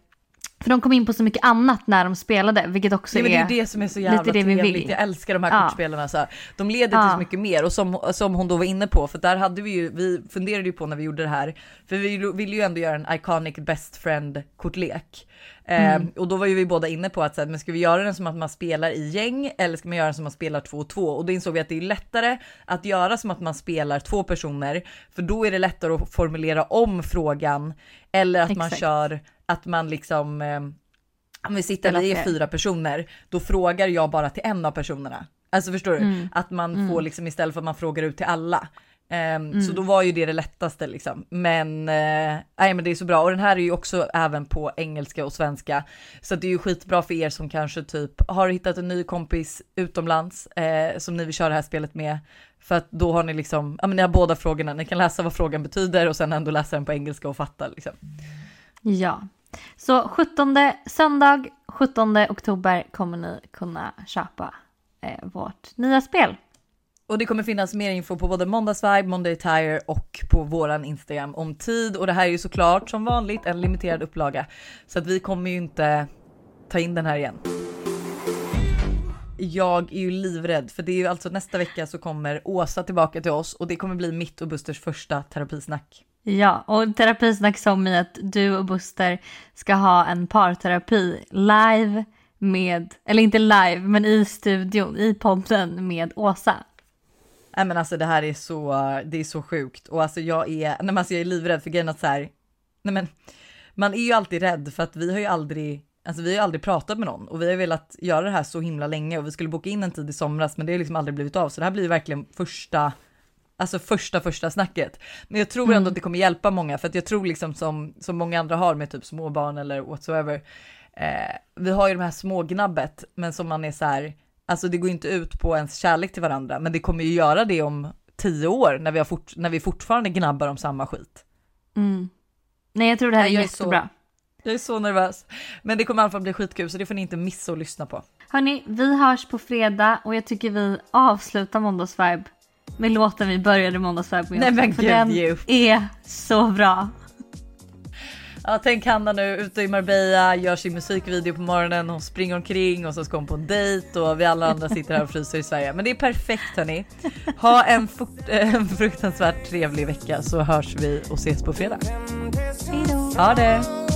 För de kom in på så mycket annat när de spelade, vilket också ja, men är... det är det som är så jävla trevligt. Jag älskar de här ja. kortspelarna. Så här. De leder till ja. så mycket mer. Och som, som hon då var inne på, för där hade vi ju... Vi funderade ju på när vi gjorde det här. För vi ville ju ändå göra en iconic best friend kortlek. Mm. Eh, och då var ju vi båda inne på att så här, men ska vi göra den som att man spelar i gäng eller ska man göra den som att man spelar två och två? Och då insåg vi att det är lättare att göra som att man spelar två personer, för då är det lättare att formulera om frågan, eller att Exakt. man kör att man liksom eh, om vi sitter vi är fyra personer, då frågar jag bara till en av personerna. Alltså förstår du? Mm. Att man mm. får liksom istället för att man frågar ut till alla. Um, mm. Så då var ju det det lättaste liksom. Men, uh, nej, men det är så bra. Och den här är ju också även på engelska och svenska. Så det är ju skitbra för er som kanske typ har hittat en ny kompis utomlands uh, som ni vill köra det här spelet med. För att då har ni liksom, ja men ni har båda frågorna. Ni kan läsa vad frågan betyder och sen ändå läsa den på engelska och fatta liksom. Ja. Så sjuttonde söndag, sjuttonde oktober kommer ni kunna köpa eh, vårt nya spel. Och det kommer finnas mer info på både Måndagsvibe, Monday Tire och på våran Instagram om tid. Och det här är ju såklart som vanligt en limiterad upplaga. Så att vi kommer ju inte ta in den här igen. Jag är ju livrädd, för det är ju alltså nästa vecka så kommer Åsa tillbaka till oss. Och det kommer bli mitt och Busters första terapisnack. Ja, och terapisnack som i att du och Buster ska ha en parterapi live med, eller inte live, men i studion, i podden med Åsa. Nej men alltså det här är så, det är så sjukt. Och alltså jag är, nej men alltså jag är livrädd för grejen att så här, nej men man är ju alltid rädd för att vi har ju aldrig, alltså vi har ju aldrig pratat med någon. Och vi har velat göra det här så himla länge och vi skulle boka in en tid i somras, men det har liksom aldrig blivit av. Så det här blir ju verkligen första, alltså första första snacket. Men jag tror mm. ändå att det kommer hjälpa många, för att jag tror liksom som, som många andra har med typ småbarn eller whatsoever. Eh, vi har ju de här smågnabbet, men som man är så här, alltså det går inte ut på ens kärlek till varandra, men det kommer ju göra det om tio år när vi, har fort, när vi fortfarande gnabbar om samma skit. Mm. Nej, jag tror det här är jag jättebra. Är så, jag är så nervös. Men det kommer i alla fall bli skitkul, så det får ni inte missa att lyssna på. Hörni, vi hörs på fredag och jag tycker vi avslutar Måndagsvibe med låten vi började Måndagsvibe med. Nej men för gud, den you. är så bra. Ja, tänk Hanna nu ute i Marbella, gör sin musikvideo på morgonen, hon springer omkring och så ska hon på en dejt och vi alla andra sitter här och fryser i Sverige. Men det är perfekt hörni. Ha en, fort, en fruktansvärt trevlig vecka, så hörs vi och ses på fredag. Hej då. Ha det!